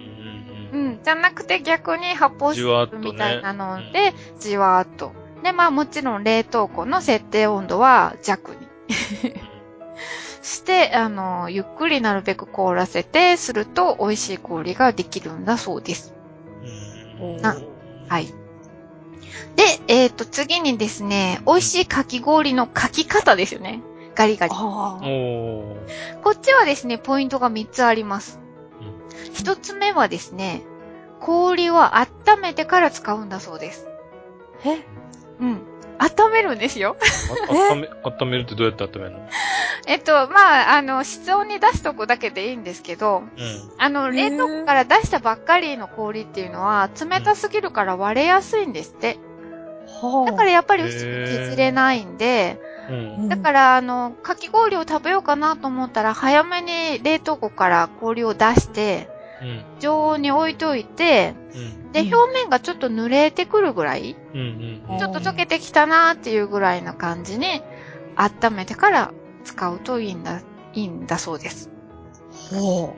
C: うんうん、じゃなくて逆に発泡スチロールみたいなので、じわーっと。で、まあもちろん冷凍庫の設定温度は弱に。して、あの、ゆっくりなるべく凍らせて、すると美味しい氷ができるんだそうです。うん、はい。で、えっと、次にですね、美味しいかき氷のかき方ですよね。ガリガリ。こっちはですね、ポイントがみっつあります。ひとつめはですね、氷を温めてから使うんだそうです。えうん。温めるんですよ。
B: 温め、温めるってどうやって温めるの？
C: えっと、まあ、あの、室温に出しとくだけでいいんですけど、うん、あの、冷凍庫から出したばっかりの氷っていうのは、冷たすぎるから割れやすいんですって。うん、だからやっぱり薄く削れないんで、うん、だから、あの、かき氷を食べようかなと思ったら、早めに冷凍庫から氷を出して、うん、常温に置いといて、うん、で、表面がちょっと濡れてくるぐらい、うんうん、ちょっと溶けてきたなーっていうぐらいな感じに温めてから使うといいんだ、いいんだそうです。ほう。うん。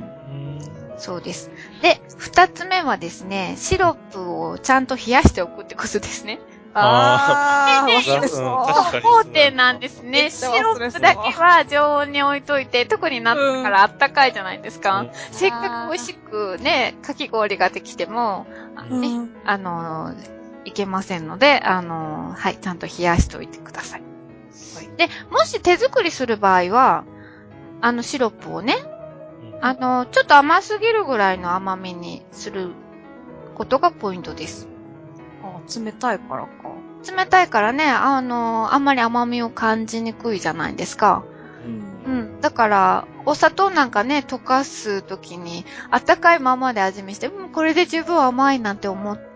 C: そうです。で、二つ目はですね、シロップをちゃんと冷やしておくってことですね。
A: ああ、忘れそう。
C: 法典なんですね。シロップだけは常温に置いといて、特になったからあったかいじゃないですか。うん、せっかく美味しくね、かき氷ができても、ね、うん、あの、いけませんので、あの、はい、ちゃんと冷やしておいてください。はい、で、もし手作りする場合は、あの、シロップをね、あの、ちょっと甘すぎるぐらいの甘みにすることがポイントです。
A: あ、冷たいからか。
C: 冷たいからね、あの、あんまり甘みを感じにくいじゃないですか。うん。うん。だから、お砂糖なんかね、溶かすときに、あったかいままで味見して、うん、これで十分甘いなんて思って、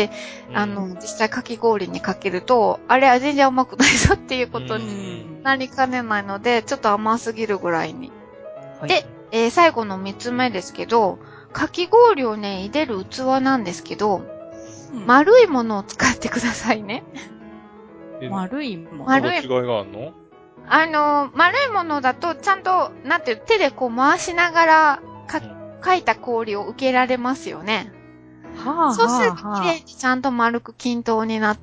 C: あの、実際かき氷にかけると、あれは全然甘くないぞっていうことになりかねないので、ちょっと甘すぎるぐらいに。はい、で、えー、最後の三つ目ですけど、かき氷をね、入れる器なんですけど、うん、丸いものを使ってくださいね。
A: 丸いもの
B: 丸い。違いがあるの？
C: あの、丸いものだと、ちゃんと、なんていう、手でこう回しながら、か、かいた氷を受けられますよね。はあ、そうすると、綺麗にちゃんと丸く均等になって、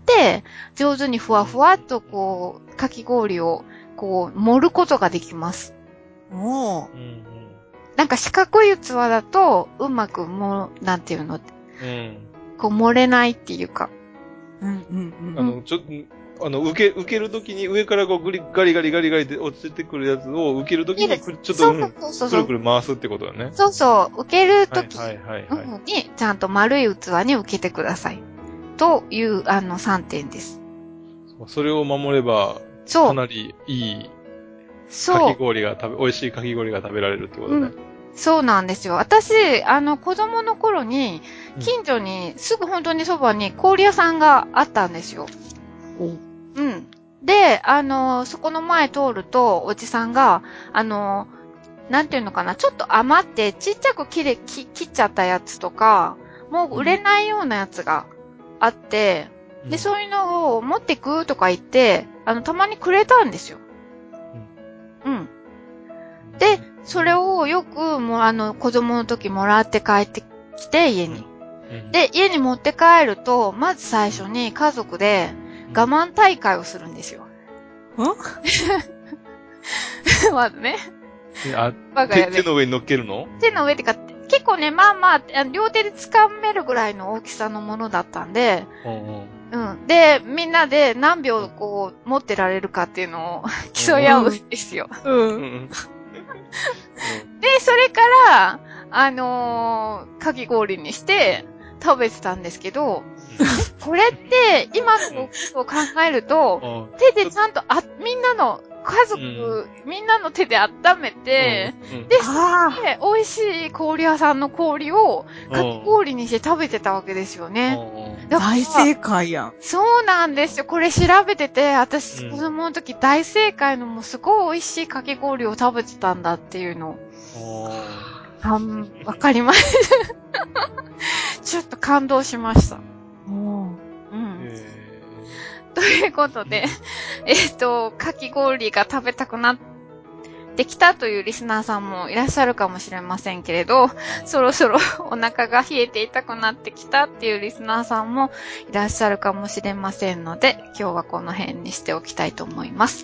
C: 上手にふわふわっとこう、かき氷を、こう、盛ることができます。おー。うんうん、なんか四角い器だと、うまくもう、なんていうの、うん、こう漏れないっていうか。
B: うんうんうん。あの、ちょっと、あの、受け、受けるときに上からこうグリ、ガリガリガリガリって落ちてくるやつを受けるときに、ちょっと、そうそうそうそう、くるくる回すってことだね。
C: そうそう、受けるときに、ちゃんと丸い器に受けてください。という、あの、さんてんです。
B: それを守れば、かなりいい、かき氷が食べ、美味しいかき氷が食べられるってことね。うん、
C: そうなんですよ。私、あの、子供の頃に、近所に、すぐ本当にそばに氷屋さんがあったんですよ。うん。で、あの、そこの前通ると、おじさんが、あの、 なんていうのかな、ちょっと余ってちっちゃく切れ、切っちゃったやつとか、もう売れないようなやつがあって、うん、で、そういうのを持ってくとか言って、あの、たまにくれたんですよ。うん。うん。で、それをよく、もうあの、子供の時もらって帰ってきて、家に。うん、で、家に持って帰ると、まず最初に家族で我慢大会をするんですよ。
A: ん
C: まずね。
B: あ、手、手の上に乗っけるの？
C: 手の上ってか、結構ね、まあまあ、両手で掴めるぐらいの大きさのものだったんで、うんうん、うん。で、みんなで何秒こう、持ってられるかっていうのを競い合うんですよ。うん。うん、で、それから、あのー、かき氷にして食べてたんですけど、これって、今のことを考えると、手でちゃんと、あ、みんなの、家族、うん、みんなの手で温めて、うんうん、で、それで、美味しい氷屋さんの氷を、かき氷にして食べてたわけですよね。
A: 大正解やん。
C: そうなんですよ。これ調べてて、私、子供の時大正解のもうすごい美味しいかき氷を食べてたんだっていうのを。あん、わかります。ちょっと感動しました。うん。ということで、えっと、かき氷が食べたくなってきたというリスナーさんもいらっしゃるかもしれませんけれど、そろそろお腹が冷えて痛くなってきたっていうリスナーさんもいらっしゃるかもしれませんので、今日はこの辺にしておきたいと思います。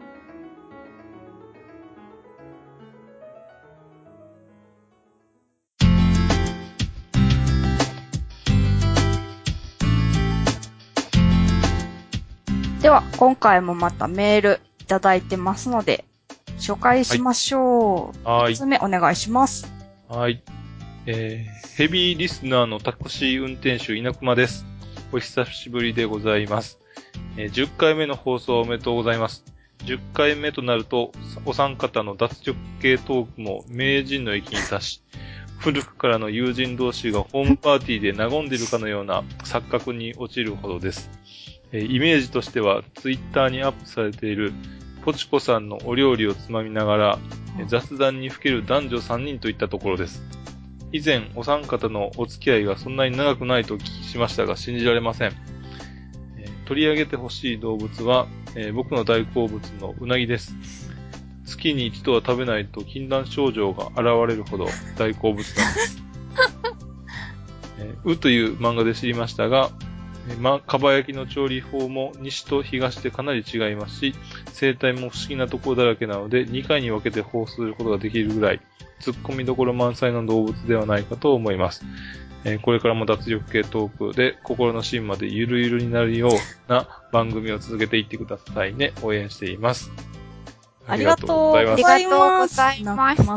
A: では、今回もまたメールいただいてますので、紹介しましょう。はい。ひとつめお願いします。
B: はい。えー、ヘビーリスナーのタクシー運転手稲熊です。お久しぶりでございます。えー、じゅっかいめの放送おめでとうございます。じゅっかいめとなると、お三方の脱力系トークも名人の域に達し、古くからの友人同士がホームパーティーで和んでいるかのような錯覚に陥るほどです。イメージとしてはツイッターにアップされているポチコさんのお料理をつまみながら雑談にふける男女さんにんといったところです。以前お三方のお付き合いがそんなに長くないとお聞きしましたが信じられません。取り上げてほしい動物は僕の大好物のうなぎです。月に一度は食べないと禁断症状が現れるほど大好物なんです。うという漫画で知りましたが、ま、かば焼きの調理法も西と東でかなり違いますし、生態も不思議なところだらけなので、にかいに分けて放送することができるぐらい、突っ込みどころ満載の動物ではないかと思います。えー、これからも脱力系トークで心の芯までゆるゆるになるような番組を続けていってくださいね。応援しています。
A: ありがとうございます。ありがとうございました。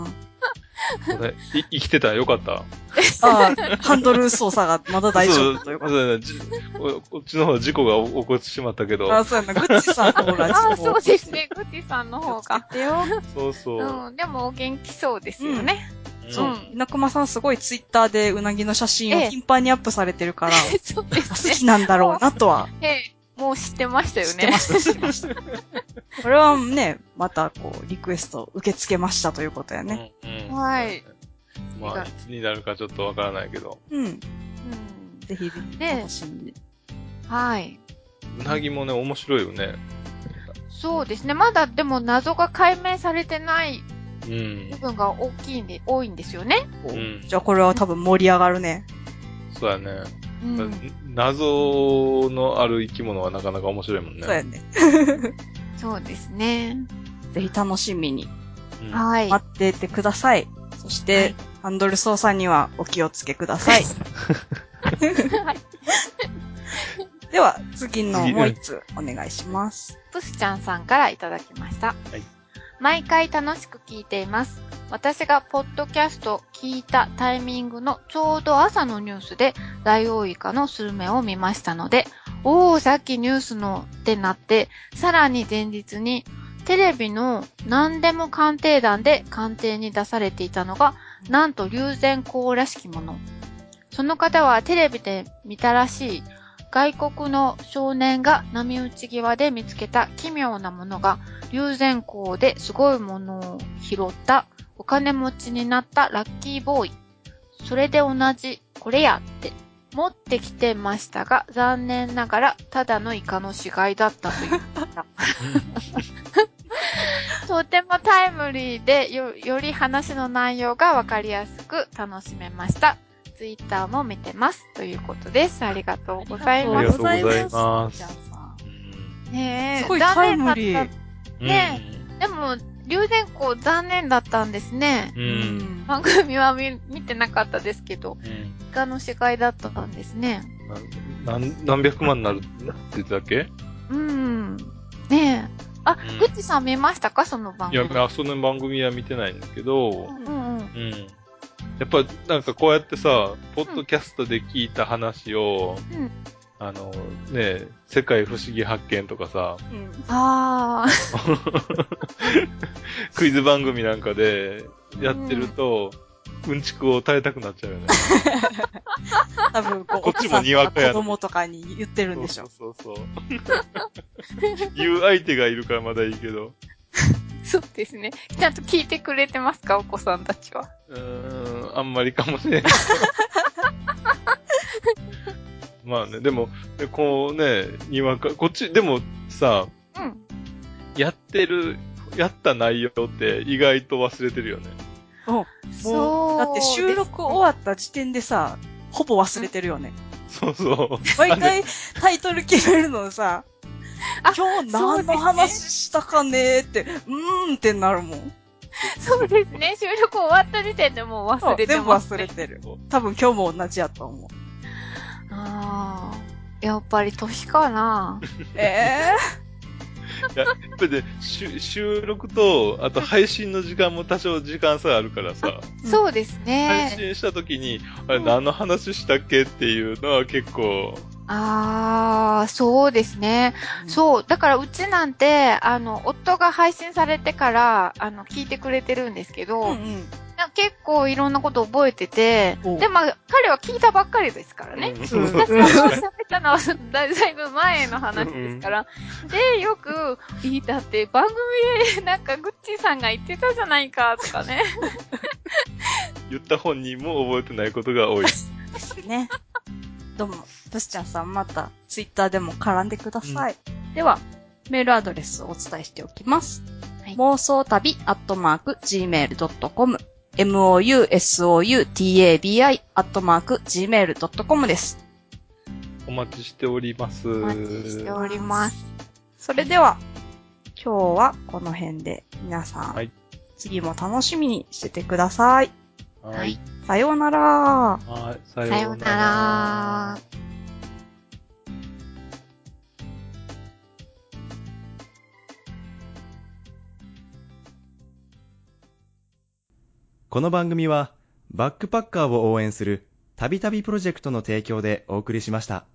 B: これ、い、生きてたらよかった。
A: ああ、ハンドル操作がまだ大丈夫ということで。
B: こっちの方事故が起こってしまったけど。
A: ああ、そうやな。グッチさんの方が事故。
C: ああ、そうですね。グッチさんの方が。
B: そうそう。
C: うん、でもお元気そうですよね。
A: うん、そう。稲熊さんすごいツイッターでうなぎの写真を頻繁にアップされてるから、ええ、そうですね、好きなんだろうなとは。
C: ええ、もう知ってましたよね。
A: 知ってました、知ってました。これはね、またこう、リクエスト受け付けましたということやね。
C: うんうん、はい。
B: まあ、いつになるかちょっとわからないけど。
A: うん。うん。ぜひぜひ楽しんで。
C: はい。
B: うなぎもね、面白いよね。
C: そうですね。まだでも謎が解明されてない部分が大きいんで、うん、多いんですよね。
A: うん。じゃあこれは多分盛り上がるね。
B: そうやね。うん、謎のある生き物はなかなか面白いもんね。
A: そうやね。
C: そうですね。
A: ぜひ楽しみに。
C: うん、はい。
A: 待っててください。そして、はい、ハンドル操作にはお気をつけください。はい、では、次のもう一つお願いします。
C: プスちゃんさんからいただきました。はい、毎回楽しく聞いています。私がポッドキャスト聞いたタイミングのちょうど朝のニュースでダイオウイカのスルメを見ましたので、おー、さっきニュースのってなって、さらに前日にテレビの何でも鑑定団で鑑定に出されていたのが、なんと龍涎香らしきもの。その方はテレビで見たらしい外国の少年が波打ち際で見つけた奇妙なものが、龍涎香ですごいものを拾ったお金持ちになったラッキーボーイ。それで同じ、これやって持ってきてましたが、残念ながらただのイカの死骸だったという。とてもタイムリーで よ, より話の内容がわかりやすく楽しめました。ツイッターも見てますということです。ありがとうございます。
B: ありがとうございます。
C: ねえ、
A: すごいタイムリー。
C: ねえ、でも龍涎香残念だったんですね。
B: うん、
C: 番組は 見, 見てなかったですけど、うん、イカの死骸だったんですね。
B: な何何百万になるって言ってたっけ？
C: うん。ねえ。あ、うん、グッチさん見ましたかその番組？
B: いや、その番組は見てないんだけど、
C: うんうん。うん、
B: やっぱなんかこうやってさ、ポッドキャストで聞いた話を、うん、あのね、世界不思議発見とかさ、うん、
C: あ
B: クイズ番組なんかでやってると、うん、うんちくを耐えたくなっちゃうよね。
A: 多分こう、こっちもにわかや子供とかに言ってるんでしょ。
B: そうそうそう。言う相手がいるからまだいいけど。
C: そうですね。ちゃんと聞いてくれてますか、お子さんたちは。
B: うーん、あんまりかもしれない。まあね、でも、こうね、にわか、こっち、でもさ、うん、やってる、やった内容って意外と忘れてるよね。
A: うん。もう、だって収録終わった時点でさ、ほぼ忘れてるよね。
B: そうそう。
A: 毎回タイトル決めるのさ、今日何の話したかねーって、う,、ね、うーんってなるもん。
C: そうですね。収録終わった時点でもう忘れてます、
A: ね。全部忘れてる。多分今日も同じやと思う。
C: ああ、やっぱり年かな。
A: ええ
B: ー、いや、やっぱりね、収録と、あと配信の時間も多少時間差があるからさ。
C: そうですね。
B: 配信した時に、あれ何の話したっけっていうのは結構。
C: ああ、そうですね、うん。そう。だからうちなんて、あの、夫が配信されてから、あの、聞いてくれてるんですけど、うんうん、結構いろんなこと覚えてて、で、まあ、彼は聞いたばっかりですからね。うん、私が喋ったのはだいぶ前の話ですから。うん、で、よく、いいだって番組でなんかグッチーさんが言ってたじゃないか、とかね。
B: 言った本人も覚えてないことが多い。
A: ですね。どうも、トシちゃんさんまたツイッターでも絡んでください。うん、では、メールアドレスをお伝えしておきます。はい、妄想旅アットマーク ジーメールドットコム モーユーエスオーユータビアットマーク ジーメールドットコム です。
B: お待ちしております。
C: お待ちしております。
A: それでは、今日はこの辺で皆さん、はい、次も楽しみにしててください。
B: はい。
A: さようなら。
B: はい、さようなら。
C: さようなら。
D: この番組はバックパッカーを応援するたびたびプロジェクトの提供でお送りしました。